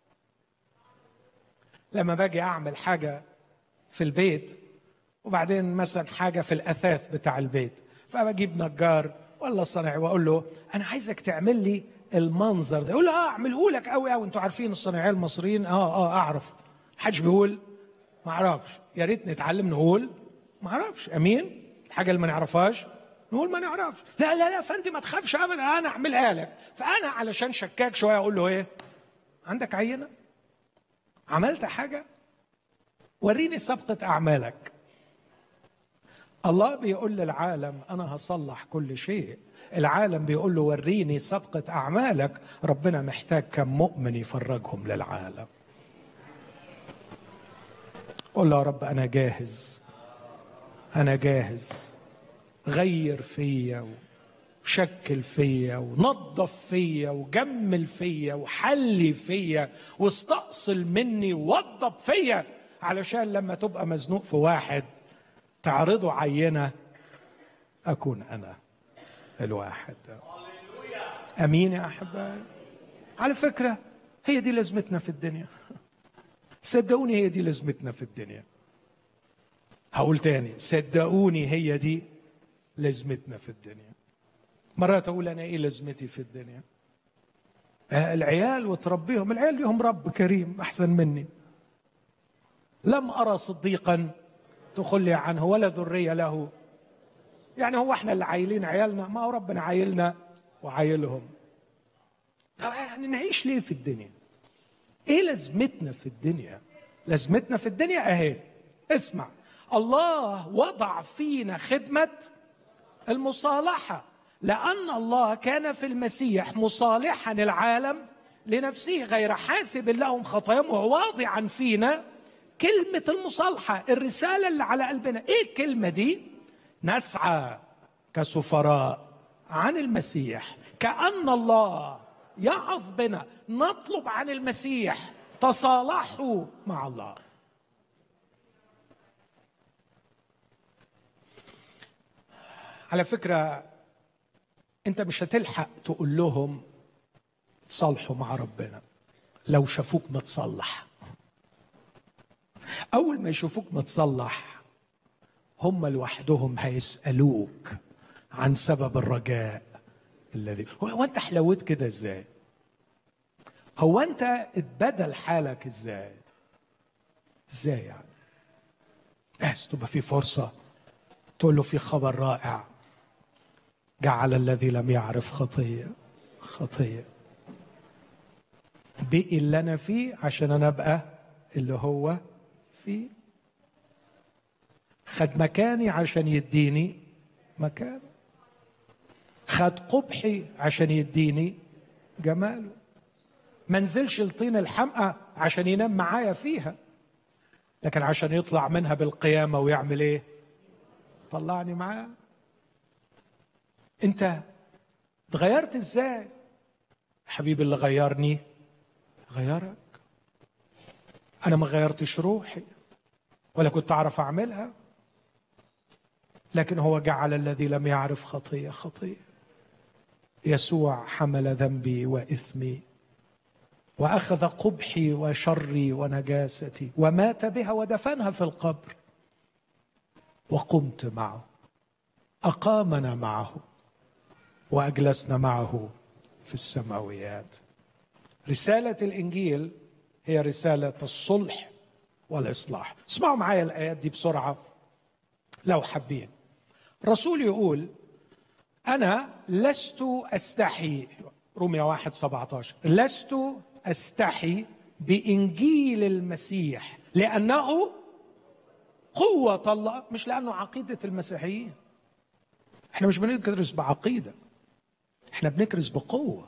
لما باجي أعمل حاجة في البيت، وبعدين مثلا حاجة في الأثاث بتاع البيت، فبجيب نجار ولا صناعي وأقول له أنا عايزك تعمل لي المنظر ده. يقول له اه اعمله لك قوي قوي. انتوا عارفين الصناعيه المصريين، اه اه اعرف. حدش بيقول ما اعرفش. يا ريت نتعلم نقول ما اعرفش. امين. الحاجه اللي ما نعرفهاش نقول ما نعرفش. لا لا لا فانت ما تخافش ابدا، انا اعملها لك. فانا علشان شكاك شويه اقول له ايه؟ عندك عينه؟ عملت حاجه؟ وريني سابقه اعمالك. الله بيقول للعالم انا هصلح كل شيء. العالم بيقول له وريني سابقة أعمالك. ربنا محتاج كم مؤمن يفرجهم للعالم. قول له يا رب أنا جاهز، أنا جاهز. غير فيا وشكل فيا ونظف فيا وجمل فيا وحلي فيا واستأصل مني ووضب فيا، علشان لما تبقى مزنوق في واحد تعرضوا عينة أكون أنا الواحد. أمين يا أحبائي. على فكرة هي دي لازمتنا في الدنيا، صدقوني هي دي لازمتنا في الدنيا. هقول تاني، صدقوني هي دي لازمتنا في الدنيا. مرات أقول أنا إيه لازمتي في الدنيا؟ آه العيال وتربيهم، العيال لهم رب كريم أحسن مني. لم أرى صديقا تخلي عنه ولا ذرية له. يعني هو احنا اللي عايلين عيالنا؟ ما هو ربنا عايلنا وعايلهم. طب يعني نعيش ليه في الدنيا؟ ايه لازمتنا في الدنيا؟ لازمتنا في الدنيا اهي، اسمع، الله وضع فينا خدمة المصالحة، لأن الله كان في المسيح مصالحا العالم لنفسه غير حاسب لهم خطاياهم، وواضعا فينا كلمة المصالحة، الرسالة اللي على قلبنا. ايه الكلمة دي؟ نسعى كسفراء عن المسيح، كأن الله يعظ بنا، نطلب عن المسيح تصالحوا مع الله. على فكرة انت مش هتلحق تقول لهم تصالحوا مع ربنا لو شافوك متصلح. اول ما يشوفوك متصلح هم لوحدهم هيسألوك عن سبب الرجاء الذي هو انت حلوت كده ازاي؟ هو انت اتبدل حالك ازاي؟ ازاي يعني؟ بس تبقى في فرصة تقول له في خبر رائع، جعل الذي لم يعرف خطية خطية، بقي اللي انا فيه عشان انا ابقى اللي هو فيه، خد مكاني عشان يديني مكان، خد قبحي عشان يديني جماله، ما نزلش الطين الحمقى عشان ينام معايا فيها، لكن عشان يطلع منها بالقيامة ويعمل ايه؟ طلعني معاه. انت اتغيرت ازاي؟ حبيبي اللي غيرني غيرك. انا ما غيرتش روحي ولا كنت اعرف اعملها، لكن هو جعل الذي لم يعرف خطية خطية. يسوع حمل ذنبي وإثمي وأخذ قبحي وشري ونجاستي ومات بها ودفنها في القبر، وقمت معه، أقامنا معه وأجلسنا معه في السماويات. رسالة الإنجيل هي رسالة الصلح والإصلاح. اسمعوا معايا الآيات دي بسرعة لو حابين. الرسول يقول أنا لست أستحي، رومية واحد سبعة عشر، لست أستحي بإنجيل المسيح لأنه قوة الله، مش لأنه عقيدة المسيحيين. احنا مش بنكرس بعقيدة، احنا بنكرس بقوة.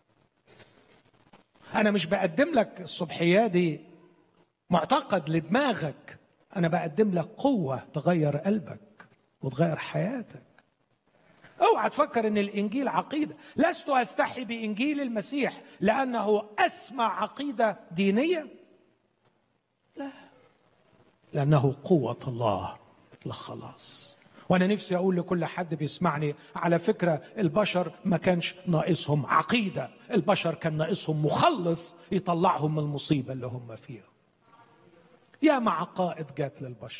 أنا مش بقدم لك الصبحية دي معتقد لدماغك، أنا بقدم لك قوة تغير قلبك وتغير حياتك. اوعى تفكر ان الانجيل عقيده. لست استحي بانجيل المسيح لانه اسمى عقيده دينيه، لا، لانه قوه الله للخلاص. وانا نفسي اقول لكل حد بيسمعني، على فكره البشر ما كانش ناقصهم عقيده، البشر كان ناقصهم مخلص يطلعهم من المصيبه اللي هم فيها. يا مع عقائد جات للبشر،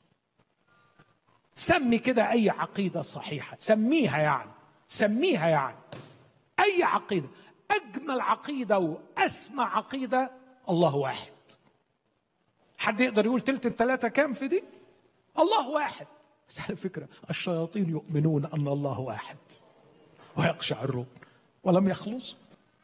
سمي كده أي عقيدة صحيحة، سميها يعني سميها يعني أي عقيدة. أجمل عقيدة وأسمى عقيدة الله واحد. حد يقدر يقول تلت الثلاثة كام في دي؟ الله واحد. بس على فكرة الشياطين يؤمنون أن الله واحد ويقشعرون ولم يخلصوا.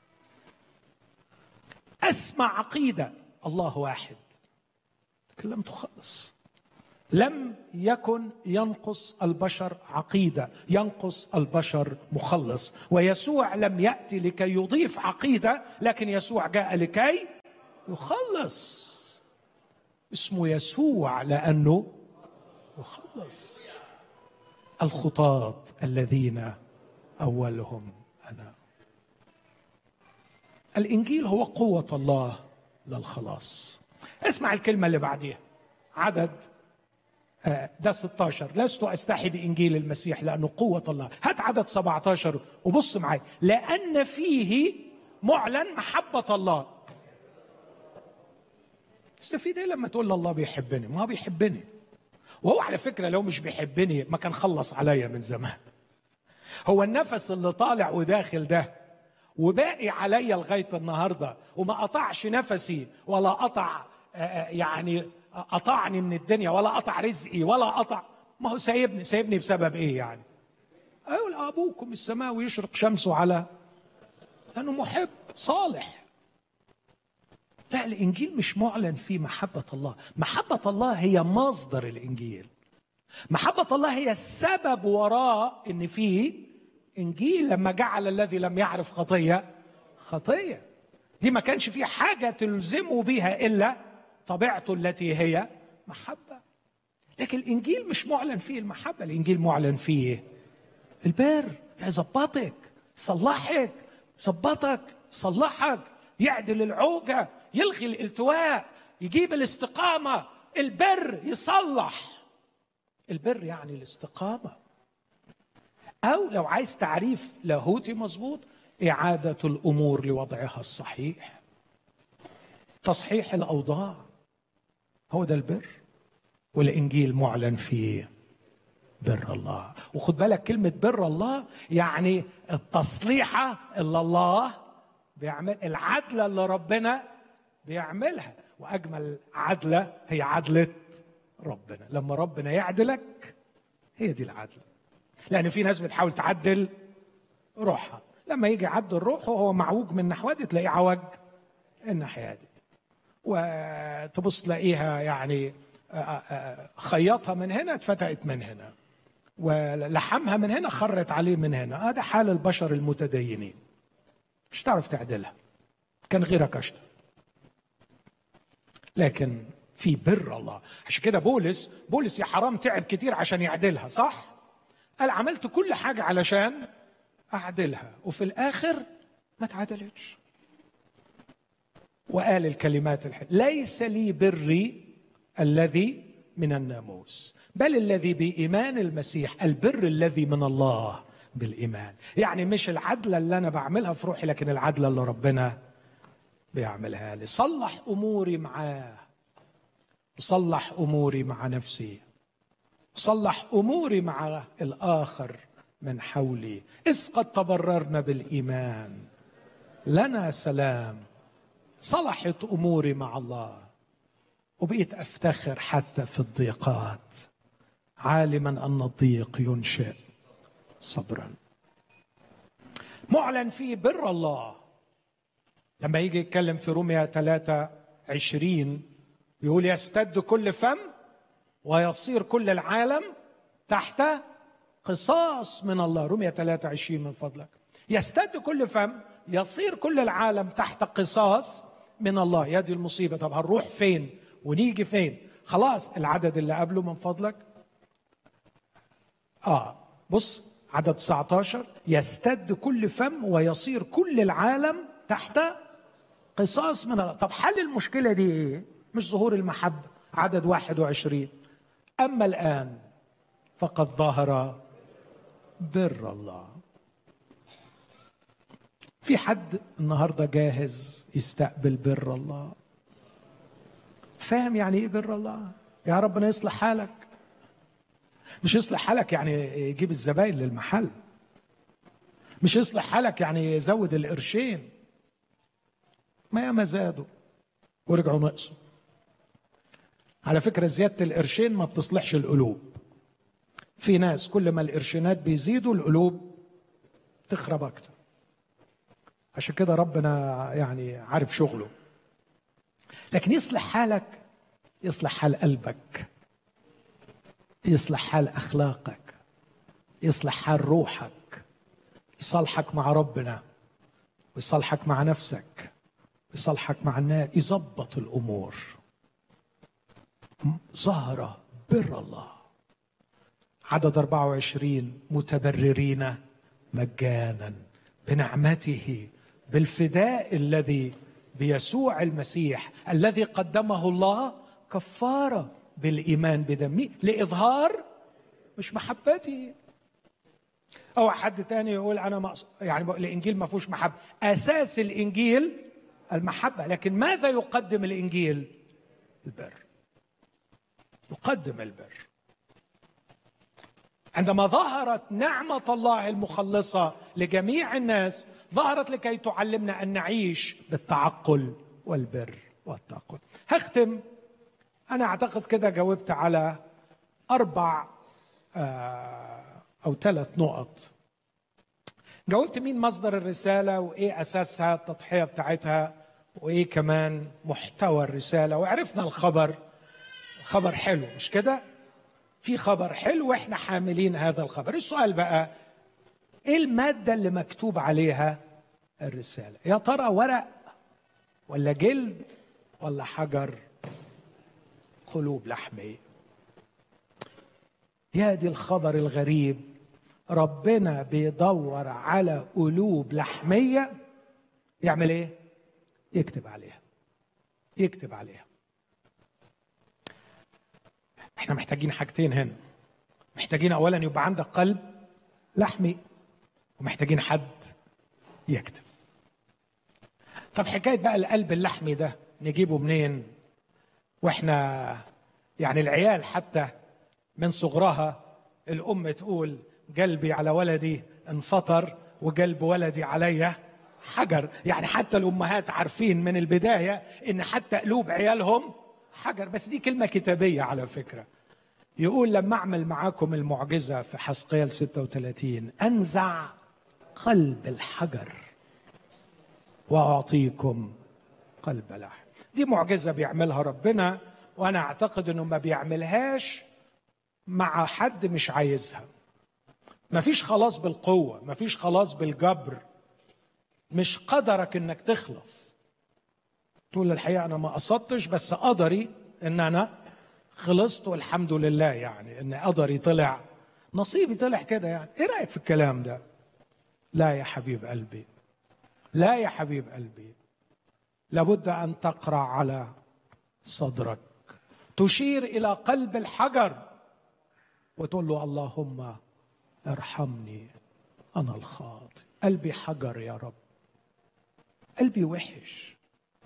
أسمى عقيدة الله واحد، لكن لم تخلص. لم يكن ينقص البشر عقيدة، ينقص البشر مخلص. ويسوع لم يأتي لكي يضيف عقيدة، لكن يسوع جاء لكي يخلص. اسمه يسوع لأنه يخلص الخطاة الذين أولهم أنا. الإنجيل هو قوة الله للخلاص. اسمع الكلمة اللي بعديها، عدد ده ستاشر، لست أستحي بإنجيل المسيح لأنه قوة الله. هات عدد سبعتاشر وبص معي، لأن فيه معلن محبة الله. استفيد ايه لما تقول الله بيحبني؟ ما هو بيحبني، وهو على فكرة لو مش بيحبني ما كان خلص عليا من زمان. هو النفس اللي طالع وداخل ده وباقي عليا لغاية النهاردة وما قطعش نفسي ولا قطع يعني قطعني من الدنيا ولا قطع رزقي ولا قطع، ما هو سايبني. سايبني بسبب ايه يعني؟ اقول ابوكم السماوي يشرق شمسه على، لانه محب صالح. لا، الانجيل مش معلن فيه محبة الله. محبة الله هي مصدر الانجيل. محبة الله هي السبب وراء ان فيه انجيل. لما جعل الذي لم يعرف خطية خطية، دي ما كانش فيه حاجة تلزمه بها الا طبيعته التي هي محبة. لكن الانجيل مش معلن فيه المحبة، الانجيل معلن فيه البر. يظبطك، يصلحك، يظبطك، يصلحك، يعدل العوجة، يلغي الالتواء، يجيب الاستقامة. البر يصلح. البر يعني الاستقامة، أو لو عايز تعريف لاهوتي مظبوط، إعادة الأمور لوضعها الصحيح، تصحيح الأوضاع. هو ده البر، والإنجيل معلن فيه بر الله. وخد بالك كلمة بر الله يعني التصليحة اللي الله بيعمل، العدلة اللي ربنا بيعملها. وأجمل عدلة هي عدلة ربنا. لما ربنا يعدلك هي دي العدلة. لأن في ناس بتحاول تعدل روحها، لما يجي يعدل روحه وهو معوج من نحوه دي تلاقيه عوج الناحية دي، وتبص تلاقيها يعني خيطها من هنا اتفتقت من هنا، ولحمها من هنا خرت عليه من هنا. هذا حال البشر المتدينين، مش تعرف تعدلها، كان غيرك أشطر. لكن في بر الله. عشان كده بولس بولس يا حرام تعب كتير عشان يعدلها، صح؟ قال عملت كل حاجة علشان أعدلها وفي الآخر ما تعدلتش. وقال الكلمات الحلوة: ليس لي بري الذي من الناموس، بل الذي بإيمان المسيح، البر الذي من الله بالإيمان. يعني مش العدلة اللي أنا بعملها في روحي، لكن العدلة اللي ربنا بيعملها لي. صلح أموري معاه، وصلح أموري مع نفسي، وصلح أموري مع الآخر من حولي. إذ قد تبررنا بالإيمان لنا سلام. صلحت أموري مع الله، وبقيت أفتخر حتى في الضيقات، عالما أن الضيق ينشئ صبرا. معلن فيه بر الله. لما يجي يتكلم في رومية ثلاثة عشرين يقول: يستد كل فم ويصير كل العالم تحت قصاص من الله. رومية ثلاثة عشرين من فضلك. يستد كل فم، يصير كل العالم تحت قصاص من الله. يا دي المصيبة. طب هنروح فين ونيجي فين؟ خلاص العدد اللي قبله من فضلك. آه بص عدد تسعة عشر: يستد كل فم ويصير كل العالم تحت قصاص من الله. طب حل المشكلة دي ايه؟ مش ظهور المحبة. عدد واحد وعشرين: أما الآن فقد ظهر بر الله. في حد النهاردة جاهز يستقبل بر الله؟ فاهم يعني ايه بر الله؟ يا ربنا يصلح حالك. مش يصلح حالك يعني يجيب الزباين للمحل، مش يصلح حالك يعني يزود القرشين، ما ياما زادوا ورجعوا نقصوا. على فكرة زيادة القرشين ما بتصلحش القلوب. في ناس كل ما القرشينات بيزيدوا القلوب تخرب أكتر. عشان كده ربنا يعني عارف شغله. لكن يصلح حالك، يصلح حال قلبك، يصلح حال أخلاقك، يصلح حال روحك، يصلحك مع ربنا، ويصلحك مع نفسك، يصلحك مع الناس، يظبط الأمور. ظهر بر الله. عدد أربعة وعشرين: متبررين مجانا بنعمته بالفداء الذي بيسوع المسيح الذي قدمه الله كفارة بالإيمان بدمي لإظهار مش محبتي. أو حد تاني يقول أنا مقص... يعني الإنجيل ما فيهوش محبة. أساس الإنجيل المحبة، لكن ماذا يقدم الإنجيل؟ البر. يقدم البر. عندما ظهرت نعمة الله المخلصة لجميع الناس، ظهرت لكي تعلمنا أن نعيش بالتعقل والبر والتعقل. هختم. أنا أعتقد كده جاوبت على أربع أو ثلاث نقط. جاوبت مين مصدر الرسالة، وإيه أساسها، التضحية بتاعتها، وإيه كمان محتوى الرسالة، وعرفنا الخبر. خبر حلو مش كده؟ في خبر حلو وإحنا حاملين هذا الخبر. السؤال بقى، إيه المادة اللي مكتوب عليها الرسالة؟ يا ترى ورق ولا جلد ولا حجر؟ قلوب لحمية. يا دي الخبر الغريب، ربنا بيدور على قلوب لحمية يعمل ايه؟ يكتب عليها. يكتب عليها. احنا محتاجين حاجتين هنا. محتاجين اولا يبقى عندك قلب لحمي، ومحتاجين حد يكتب. طب حكاية بقى القلب اللحمي ده نجيبه منين؟ واحنا يعني العيال حتى من صغرها الأم تقول قلبي على ولدي انفطر وقلب ولدي عليا حجر. يعني حتى الأمهات عارفين من البداية إن حتى قلوب عيالهم حجر. بس دي كلمة كتابية على فكرة. يقول لما أعمل معاكم المعجزة في حزقيال ستة وثلاثين، أنزع قلب الحجر وأعطيكم قلب لحم. دي معجزة بيعملها ربنا، وأنا أعتقد أنه ما بيعملهاش مع حد مش عايزها. مفيش خلاص بالقوة، مفيش خلاص بالجبر. مش قدرك انك تخلص. تقول الحقيقة انا ما قصدتش، بس قدري ان انا خلصت والحمد لله، يعني ان قدري طلع، نصيبي طلع كده. يعني ايه رأيك في الكلام ده؟ لا يا حبيب قلبي، لا يا حبيب قلبي. لابد ان تقرع على صدرك، تشير الى قلب الحجر وتقول له اللهم ارحمني أنا الخاطئ. قلبي حجر يا رب، قلبي وحش.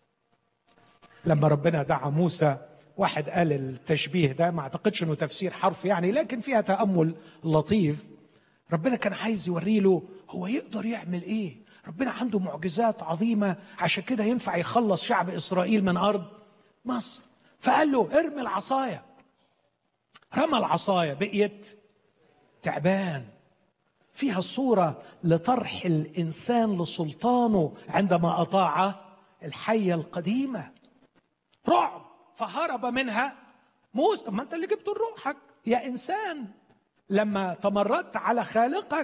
لما ربنا دعا موسى، واحد قال التشبيه ده، ما اعتقدش انه تفسير حرف يعني، لكن فيها تأمل لطيف. ربنا كان عايز يوري له هو يقدر يعمل ايه. ربنا عنده معجزات عظيمة، عشان كده ينفع يخلص شعب إسرائيل من أرض مصر. فقال له ارمي العصاية. رمى العصاية، بقيت تعبان. فيها صورة لطرح الإنسان لسلطانه عندما أطاع الحية القديمة. رعب، فهرب منها موسى. طب ما أنت اللي جبت روحك يا إنسان، لما تمردت على خالقك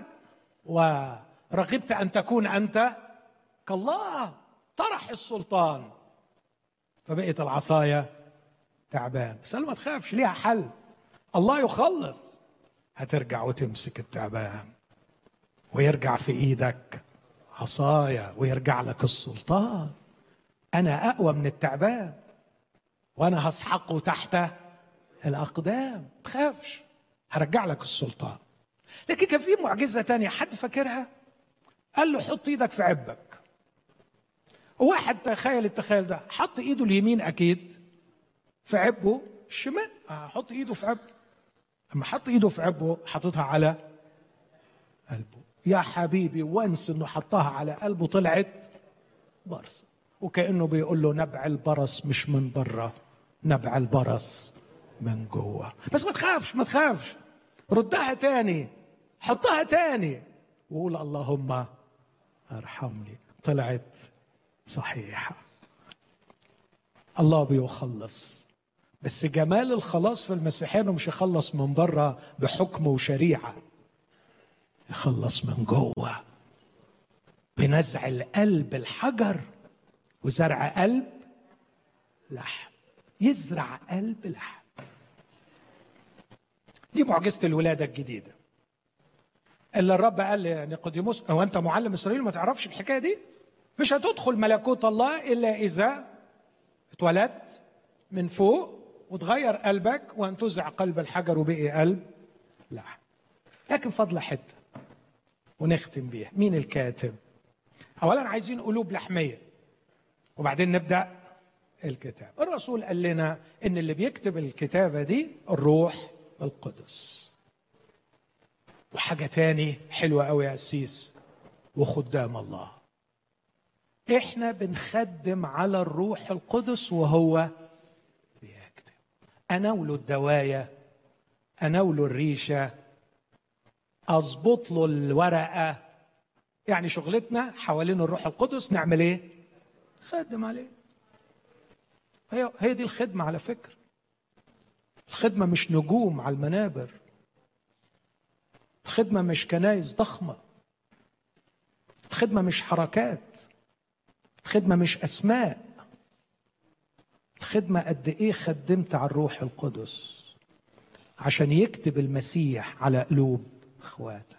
ورغبت أن تكون أنت كالله، طرح السلطان، فبقيت العصاية تعبان. بس ما تخافش، ليها حل. الله يخلص. هترجع وتمسك التعبان، ويرجع في ايدك عصاية، ويرجع لك السلطان. انا اقوى من التعبان، وانا هسحقه تحت الاقدام. تخافش، هرجع لك السلطان. لكن كان في معجزة تانية حد فاكرها؟ قال له حط ايدك في عبك. واحد تخيل التخيل ده، حط ايده اليمين اكيد في عبه الشمال. حط ايده في عبه. لما حط ايده في عبه حطتها على قلبه. يا حبيبي، وانس انه حطها على قلبه طلعت برص. وكأنه بيقول له نبع البرص مش من بره، نبع البرص من جوه. بس ما تخافش، ما تخافش، ردها تاني، حطها تاني، وقول اللهم ارحمني. طلعت صحيحة. الله بيخلص، بس جمال الخلاص في المسيحية انه مش يخلص من بره بحكم وشريعة، يخلص من جوه بنزع القلب الحجر وزرع قلب لحم. يزرع قلب لحم. دي معجزة الولادة الجديدة اللي الرب قال لنيقوديموس، هو انت معلم اسرائيل ما تعرفش الحكاية دي؟ مش هتدخل ملكوت الله الا اذا اتولدت من فوق وتغير قلبك وأن تزع قلب الحجر وبقي قلب لحم. لكن فضل حتة ونختم بيها. مين الكاتب؟ أولا عايزين قلوب لحمية وبعدين نبدأ الكتاب. الرسول قال لنا إن اللي بيكتب الكتابة دي الروح القدس. وحاجة تاني حلوة قوي يا قسيس، وخدام الله. إحنا بنخدم على الروح القدس وهو بيكتب. أناوله الدواية، أناوله الريشة، أظبط له الورقة. يعني شغلتنا حوالين الروح القدس نعمل إيه؟ خدم عليه. هي هي دي الخدمة على فكرة. الخدمة مش نجوم على المنابر، الخدمة مش كنايس ضخمة، الخدمة مش حركات، الخدمة مش أسماء. الخدمة قد إيه خدمت على الروح القدس عشان يكتب المسيح على قلوب إخواتك.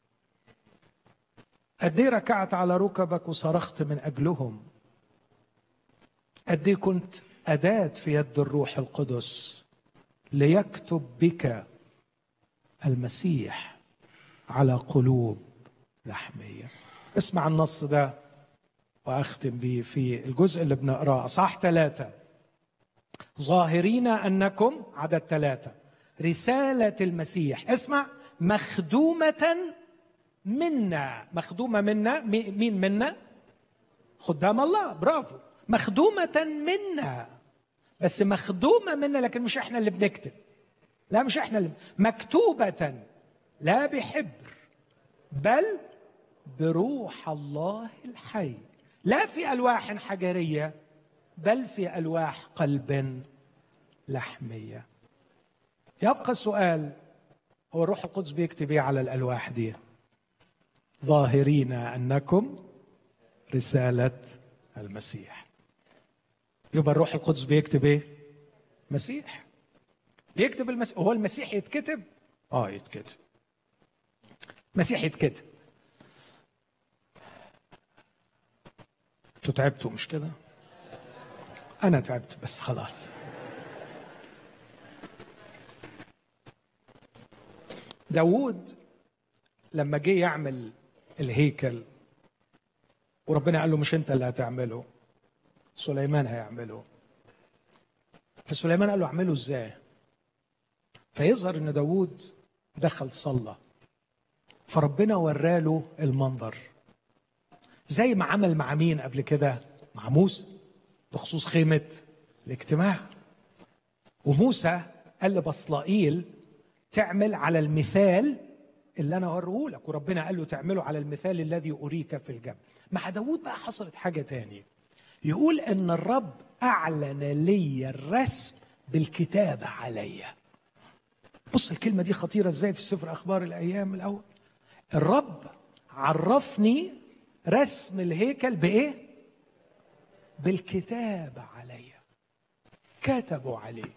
قد إيه ركعت على ركبك وصرخت من أجلهم. قد إيه كنت أداة في يد الروح القدس ليكتب بك المسيح على قلوب لحمية. اسمع النص ده وأختم به في الجزء اللي بنقراه، أصحاح ثلاثة. ظاهرين أنكم، عدد ثلاثة، رسالة المسيح، اسمع، مخدومة منا. مخدومة منا، مين منا؟ خدام الله، برافو. مخدومة منا، بس مخدومة منا، لكن مش احنا اللي بنكتب. لا مش احنا اللي مكتوبة، لا بحبر بل بروح الله الحي، لا في ألواح حجرية بل في ألواح قلب لحمية. يبقى السؤال، هو الروح القدس بيكتب ايه على الألواح دي؟ ظاهرين أنكم رسالة المسيح. يبقى الروح القدس بيكتب ايه؟ مسيح. بيكتب المسيح. هو المسيح يتكتب؟ اه يتكتب. مسيح يتكتب. انتوا تعبتوا مش كده؟ انا تعبت بس خلاص. داود لما جه يعمل الهيكل وربنا قال له مش انت اللي هتعمله، سليمان هيعمله. فسليمان قال له اعمله ازاي؟ فيظهر ان داود دخل صلى، فربنا وراله المنظر زي ما عمل مع مين قبل كده؟ مع موسى بخصوص خيمة الاجتماع. وموسى قال لبصلائيل تعمل على المثال اللي انا اوريه لك، وربنا قال له تعمله على المثال الذي اريك في الجبل. مع داود بقى حصلت حاجة تانية، يقول ان الرب اعلن لي الرسم بالكتابة عليا. بص الكلمة دي خطيرة ازاي في سفر اخبار الايام الاول. الرب عرفني رسم الهيكل بايه؟ بالكتابة عليا. كتبوا عليه،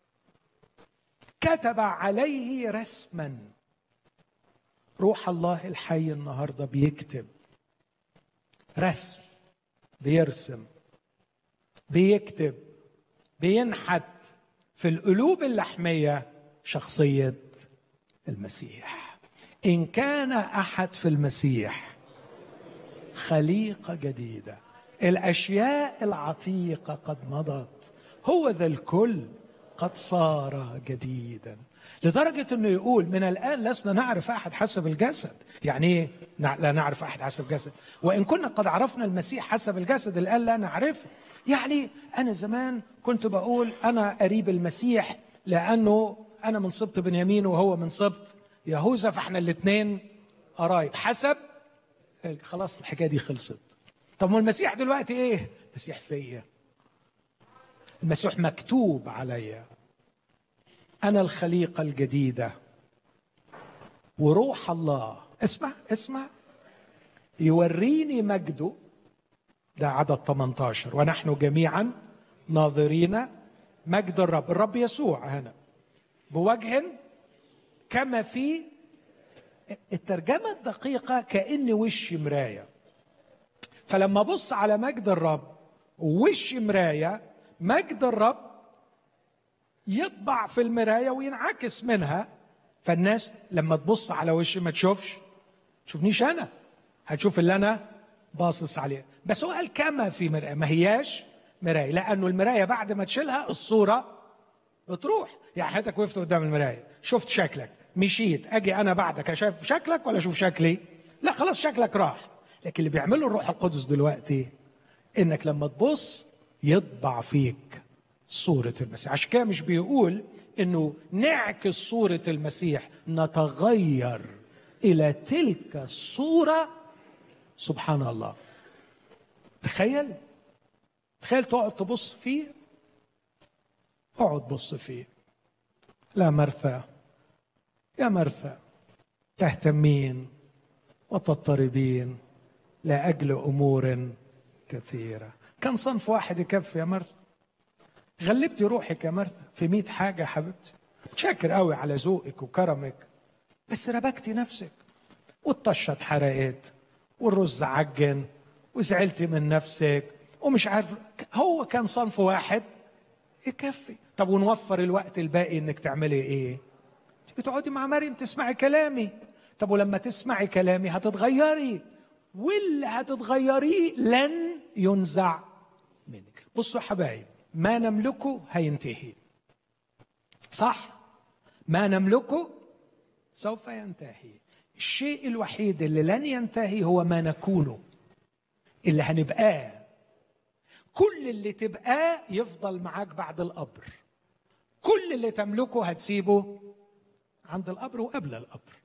كتب عليه رسما. روح الله الحي النهارده بيكتب رسم، بيرسم، بيكتب، بينحت في القلوب اللحمية شخصية المسيح. إن كان أحد في المسيح خليقة جديدة، الأشياء العتيقة قد مضت، هو ذا الكل قد صار جديدا. لدرجة أنه يقول من الآن لسنا نعرف أحد حسب الجسد. يعني إيه لا نعرف أحد حسب الجسد؟ وإن كنا قد عرفنا المسيح حسب الجسد الآن لا نعرفه. يعني أنا زمان كنت بقول أنا قريب المسيح لأنه أنا من سبط بنيامين وهو من سبط يهوذا، فإحنا الاثنين قرايب حسب. خلاص الحكاية دي خلصت. طب ما المسيح دلوقتي إيه؟ المسيح فيا، المسيح مكتوب عليا، أنا الخليقة الجديدة. وروح الله، اسمع اسمع، يوريني مجده. ده عدد ثمانية عشر، ونحن جميعا ناظرين مجد الرب، الرب يسوع هنا، بوجه كما في الترجمة الدقيقة كأن وش مراية. فلما بص على مجد الرب ووش مراية، مجد الرب يطبع في المراية وينعكس منها، فالناس لما تبص على وشي ما تشوفش تشوفنيش أنا، هتشوف اللي أنا باصص عليه. بس هو قال كما في مرآة، ما هياش مراية، لأنه المراية بعد ما تشيلها الصورة بتروح. يعني حياتك وقفت قدام المراية شفت شكلك، مشيت، أجي أنا بعدك أشوف شكلك ولا أشوف شكلي؟ لا خلاص شكلك راح. لكن اللي بيعمله الروح القدس دلوقتي إنك لما تبص يطبع فيك صورة المسيح. عشان كده مش بيقول إنه نعكس صورة المسيح، نتغير إلى تلك الصورة. سبحان الله. تخيل تخيل تقعد تبص فيه، اقعد بص فيه. لا مرثى يا مرثى تهتمين وتضطربين لأجل أمور كثيرة. كان صنف واحد يكفي يا مرثى؟ غلبتي روحك يا مرثى في مئة حاجة يا حبيبتي، شاكر قوي على ذوقك وكرمك، بس ربكتي نفسك والطشة اتحرقت والرز عجن وزعلتي من نفسك ومش عارف. هو كان صنف واحد يكفي. طب ونوفر الوقت الباقي انك تعملي ايه؟ تيجي تقعدي مع مريم تسمعي كلامي. طب ولما تسمعي كلامي هتتغيري، واللي هتتغيريه لن ينزع منك. بصوا يا حبايب، ما نملكه هينتهي، صح؟ ما نملكه سوف ينتهي. الشيء الوحيد اللي لن ينتهي هو ما نكونه، اللي هنبقاه. كل اللي تبقاه يفضل معاك بعد القبر. كل اللي تملكه هتسيبه عند القبر وقبل القبر.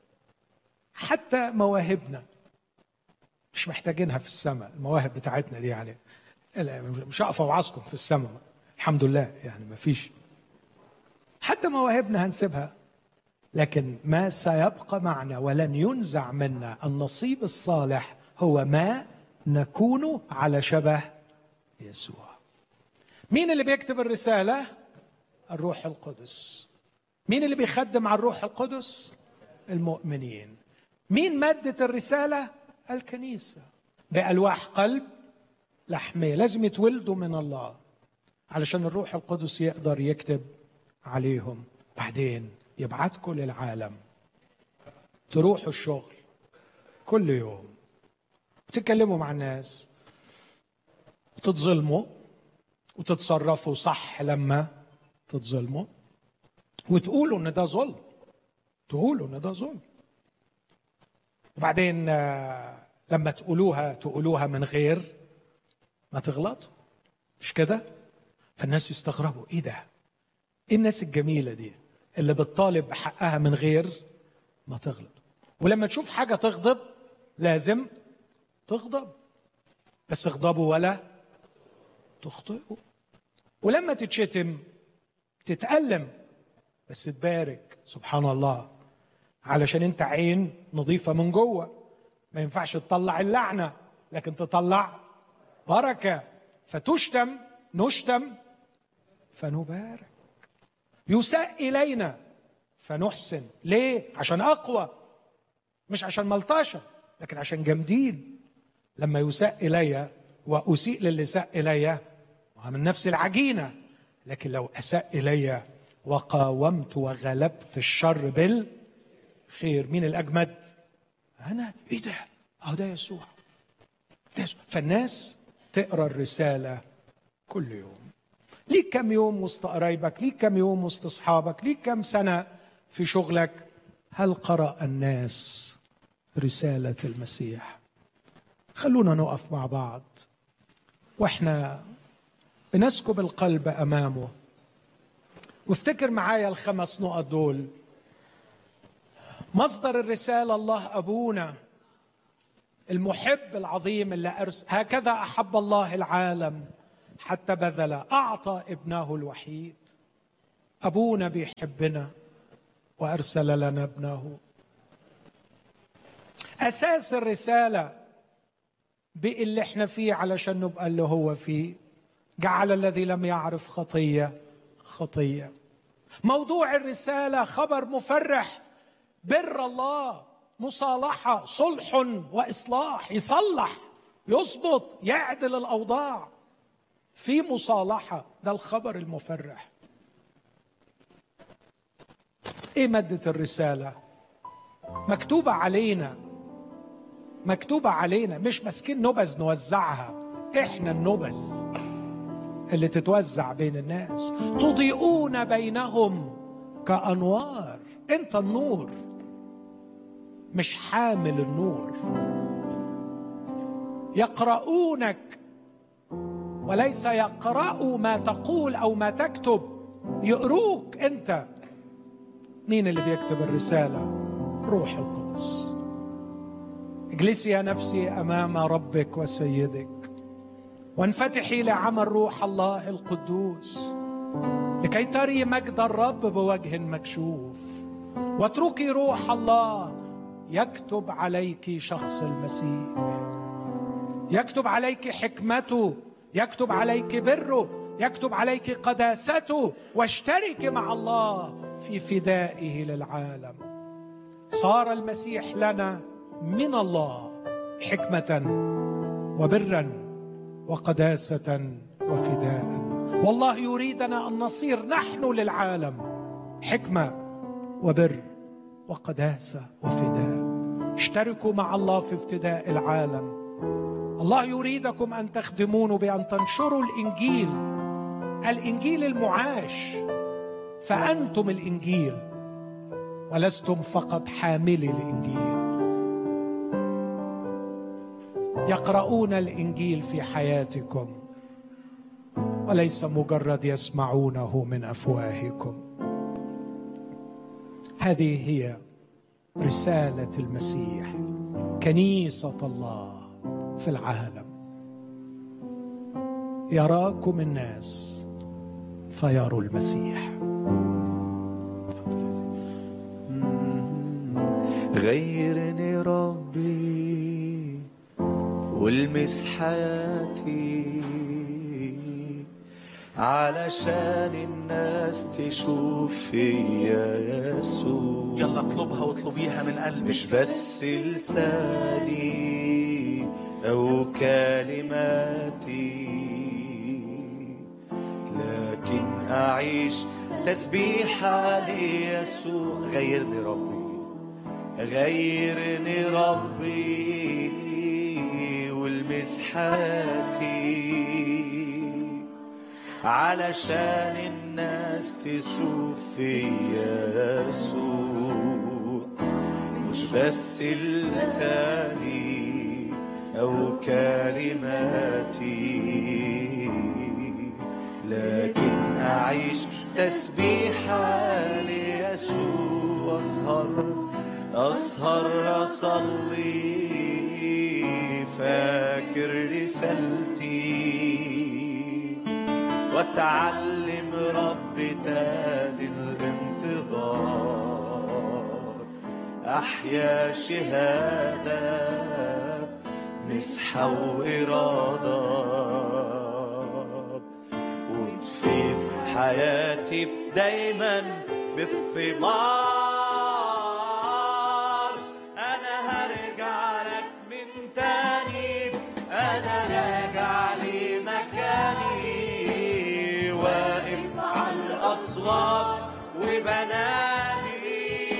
حتى مواهبنا مش محتاجينها في السماء. المواهب بتاعتنا دي يعني مش هقف اوعظكم في السماء، الحمد لله يعني ما فيش. حتى مواهبنا هنسيبها، لكن ما سيبقى معنا ولن ينزع منا النصيب الصالح هو ما نكون على شبه يسوع. مين اللي بيكتب الرسالة؟ الروح القدس. مين اللي بيخدم على الروح القدس؟ المؤمنين. مين مادة الرسالة؟ الكنيسة بألواح قلب لحمية، لازم يتولدوا من الله علشان الروح القدس يقدر يكتب عليهم. بعدين يبعتكم للعالم، تروحوا الشغل كل يوم وتتكلموا مع الناس وتتظلموا وتتصرفوا صح لما تتظلموا، وتقولوا ان ده ظلم، تقولوا ان ده ظلم. وبعدين لما تقولوها تقولوها من غير ما تغلطوا، مش كده؟ فالناس يستغربوا، ايه ده؟ ايه الناس الجميلة دي اللي بتطالب بحقها من غير ما تغلط؟ ولما تشوف حاجة تغضب لازم تغضب، بس اغضبوا ولا تخطئوا. ولما تتشتم تتألم، بس تبارك. سبحان الله، علشان انت عين نظيفة من جوه، ما ينفعش تطلع اللعنة لكن تطلع بركة. فتشتم نشتم فنبارك، يساء إلينا فنحسن. ليه؟ عشان أقوى، مش عشان ملطشة، لكن عشان جامدين. لما يساء إلي وأسيء للي ساء إلي ومن نفس العجينة، لكن لو أساء إلي وقاومت وغلبت الشر بالخير، مين الأجمد؟ أنا. إيه ده؟ أهو ده يسوع. ده يسوع. فالناس تقرأ الرسالة كل يوم. ليك كم يوم وسط قرايبك، ليك كم يوم وسط أصحابك، ليك كم سنة في شغلك. هل قرأ الناس رسالة المسيح؟ خلونا نقف مع بعض واحنا بنسكب القلب أمامه، وافتكر معايا الخمس نقط دول. مصدر الرسالة الله أبونا المحب العظيم اللي أرسل. هكذا أحب الله العالم حتى بذل، أعطى ابنه الوحيد. أبونا بيحبنا وأرسل لنا ابنه. أساس الرسالة بقى اللي احنا فيه علشان نبقى اللي هو فيه. جعل الذي لم يعرف خطية خطية. موضوع الرسالة خبر مفرح، بر الله، مصالحة، صلح وإصلاح، يصلح، يضبط، يعدل الأوضاع في مصالحة. ده الخبر المفرح. ايه مادة الرسالة؟ مكتوبة علينا، مكتوبة علينا، مش ماسكين نبذ نوزعها، احنا النبذ اللي تتوزع بين الناس. تضيئون بينهم كأنوار. انت النور، مش حامل النور. يقرؤونك وليس يقرأوا ما تقول أو ما تكتب، يقروك أنت. مين اللي بيكتب الرسالة؟ روح القدس. اجلسي يا نفسي أمام ربك وسيدك، وانفتحي لعمل روح الله القدوس لكي تري مجد الرب بوجه مكشوف، واتركي روح الله يكتب عليك شخص المسيح، يكتب عليك حكمته، يكتب عليك بره، يكتب عليك قداسته، واشترك مع الله في فدائه للعالم. صار المسيح لنا من الله حكمة وبرا وقداسة وفداء، والله يريدنا أن نصير نحن للعالم حكمة وبر وقداسة وفداء. اشتركوا مع الله في افتداء العالم. الله يريدكم أن تخدمونه بأن تنشروا الإنجيل، الإنجيل المعاش، فأنتم الإنجيل ولستم فقط حاملي الإنجيل. يقرؤون الإنجيل في حياتكم وليس مجرد يسمعونه من أفواهكم. هذه هي رسالة المسيح، كنيسة الله في العالم. يراكم الناس فيروا المسيح. غيرني ربي والمس حياتي علشان الناس تشوف فيا يسوع. يلا اطلبها واطلبيها من قلبك. مش بس لساني أو كلماتي، لكن أعيش تسبيحة ليسوع. غيرني ربي، غيرني ربي والمس حياتي علشان الناس تشوف فيا يسوع. مش بس لساني أو كلماتي، لكن أعيش تسبيحة ليسوع. أسهر أسهر أصلي فاكر رسالتي، واتعلم رب تاني الانتظار. أحيا شهادة مسحة وإرادة، وتفيد حياتي دايما بالثمار. أنا هرجع لك من تاني، أنا راجع لمكاني، واقف على الأسوار وبنادي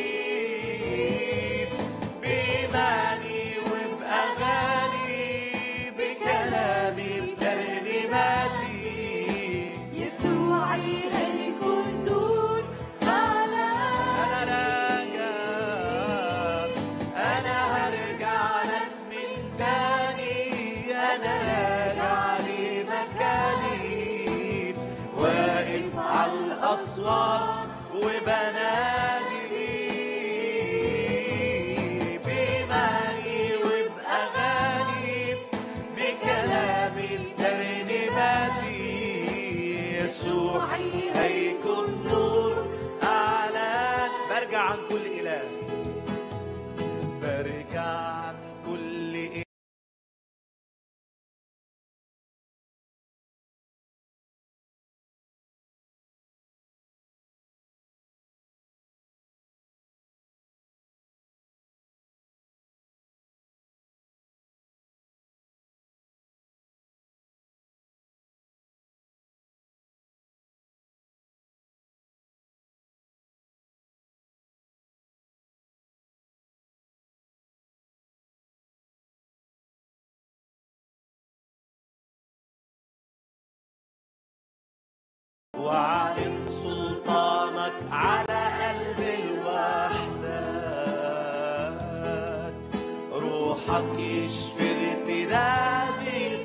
بإيماني وبأغاني، بكلامي بترنيماتي. يسوعي ملك النور على. أنا راجع، أنا هرجع لك من تاني، أنا راجع لمكاني، واقف على الأسوار وبنادي بإيماني وبأغاني، بكلامي بترنيماتي. يسوع هيكون نور أعلان. برجع عن كل إله، برجع عن كل إله. واعلن سلطانك على قلب الوحدة. روحك يشفي ارتدادي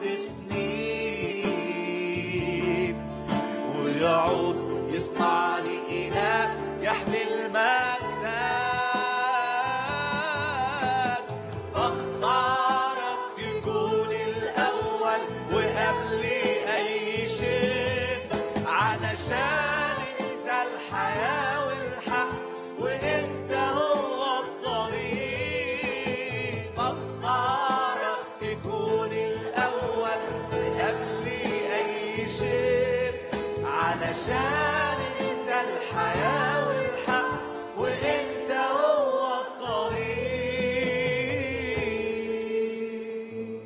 قدسني، ويعود يصنعني إله يحمل مجدك. فاختارك تكون الأول وقبل أي شيء، علشان انت الحياة والحق وانت هو الطريق. فاختارك تكون الأول قبل أي شيء، علشان انت الحياة والحق وانت هو الطريق.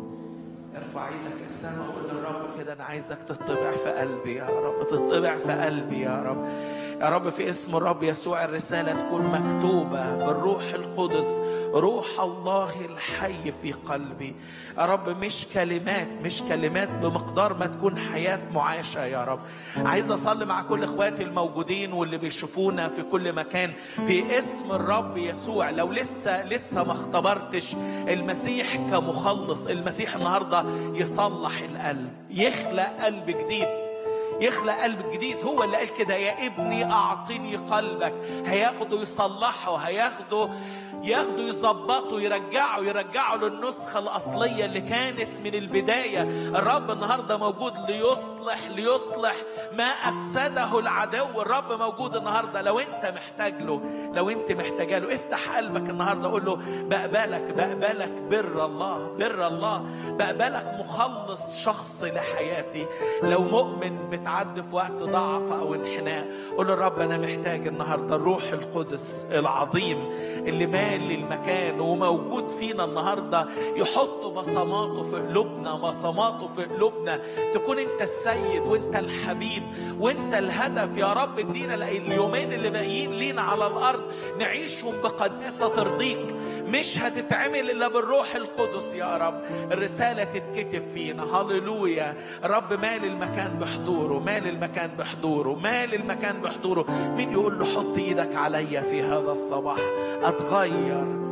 ارفع ايدك للسماء وقول للرب كده انا عايزك تطبع في قلبي يا رب، تطبع في قلبي يا رب. يا رب في اسم الرب يسوع الرسالة تكون مكتوبة بالروح القدس، روح الله الحي في قلبي يا رب. مش كلمات مش كلمات بمقدار ما تكون حياة معاشة يا رب. عايز أصلي مع كل إخواتي الموجودين واللي بيشوفونا في كل مكان في اسم الرب يسوع. لو لسه لسه ما اختبرتش المسيح كمخلص، المسيح النهاردة يصلح القلب، يخلق قلب جديد، يخلق قلب جديد. هو اللي قال كده يا ابني أعطني قلبك. هياخده يصلحه، هياخده ياخده يظبطه، يرجعه يرجعه للنسخة الأصلية اللي كانت من البداية. الرب النهاردة موجود ليصلح ليصلح ما أفسده العدو. الرب موجود النهاردة. لو أنت محتاج له، لو أنت محتاجه له، افتح قلبك النهاردة قول له بقبلك بقبلك بر الله بر الله بقبلك مخلص شخصي لحياتي. لو مؤمن بتعدي في وقت ضعف أو انحناء، قول له الرب أنا محتاج النهاردة الروح القدس العظيم اللي مال للمكان وموجود فينا النهاردة يحط بصماته في قلوبنا، بصماته في قلوبنا. تكون انت السيد وانت الحبيب وانت الهدف يا رب. ادينا اليومين اللي باقيين لينا على الارض نعيشهم بقداسة ترضيك. مش هتتعمل الا بالروح القدس يا رب. الرسالة تتكتب فينا. هاليلويا. رب مال المكان بحضوره، مال المكان بحضوره، مال المكان بحضوره. مين يقول له حط ايدك عليا في هذا الصباح اتغير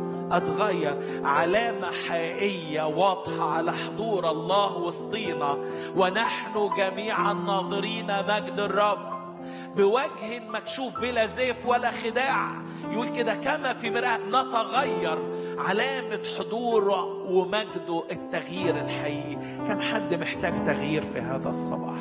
أتغير. علامة حقيقية واضحة على حضور الله وسطينا، ونحن جميعا ناظرين مجد الرب بوجه مكشوف بلا زيف ولا خداع. يقول كده كما في مرآة نتغير. علامة حضوره ومجده التغيير الحقيقي. كم حد محتاج تغيير في هذا الصباح؟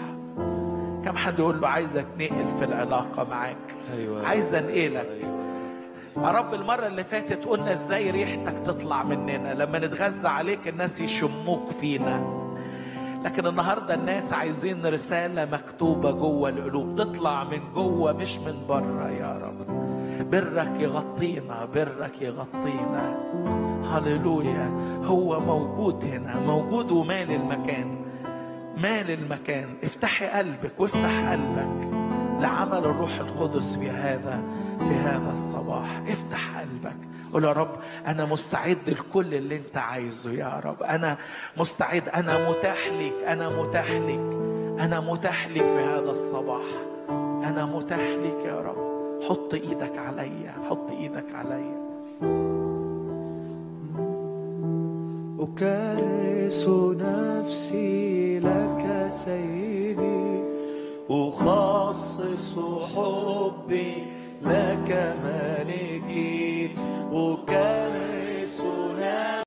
كم حد يقول له عايز اتنقل في العلاقة معاك؟ أيوة. عايز انقلك. أيوة. يا رب المرة اللي فاتت قلنا ازاي ريحتك تطلع مننا لما نتغذى عليك الناس يشموك فينا. لكن النهاردة الناس عايزين رسالة مكتوبة جوه القلوب تطلع من جوه مش من بره يا رب. برك يغطينا، برك يغطينا. هاليلويا. هو موجود هنا، موجود ومال المكان، مال المكان. افتحي قلبك وافتح قلبك لعمل الروح القدس في هذا في هذا الصباح. افتح قلبك قول يا رب أنا مستعد لكل اللي أنت عايزه يا رب. أنا مستعد، أنا متاح ليك، أنا متاح ليك، أنا متاح ليك في هذا الصباح. أنا متاح ليك يا رب. حط إيدك عليا، حط إيدك عليا. أكرس نفسي لك سيدي، أخصص حبي لك مالكي. أكرس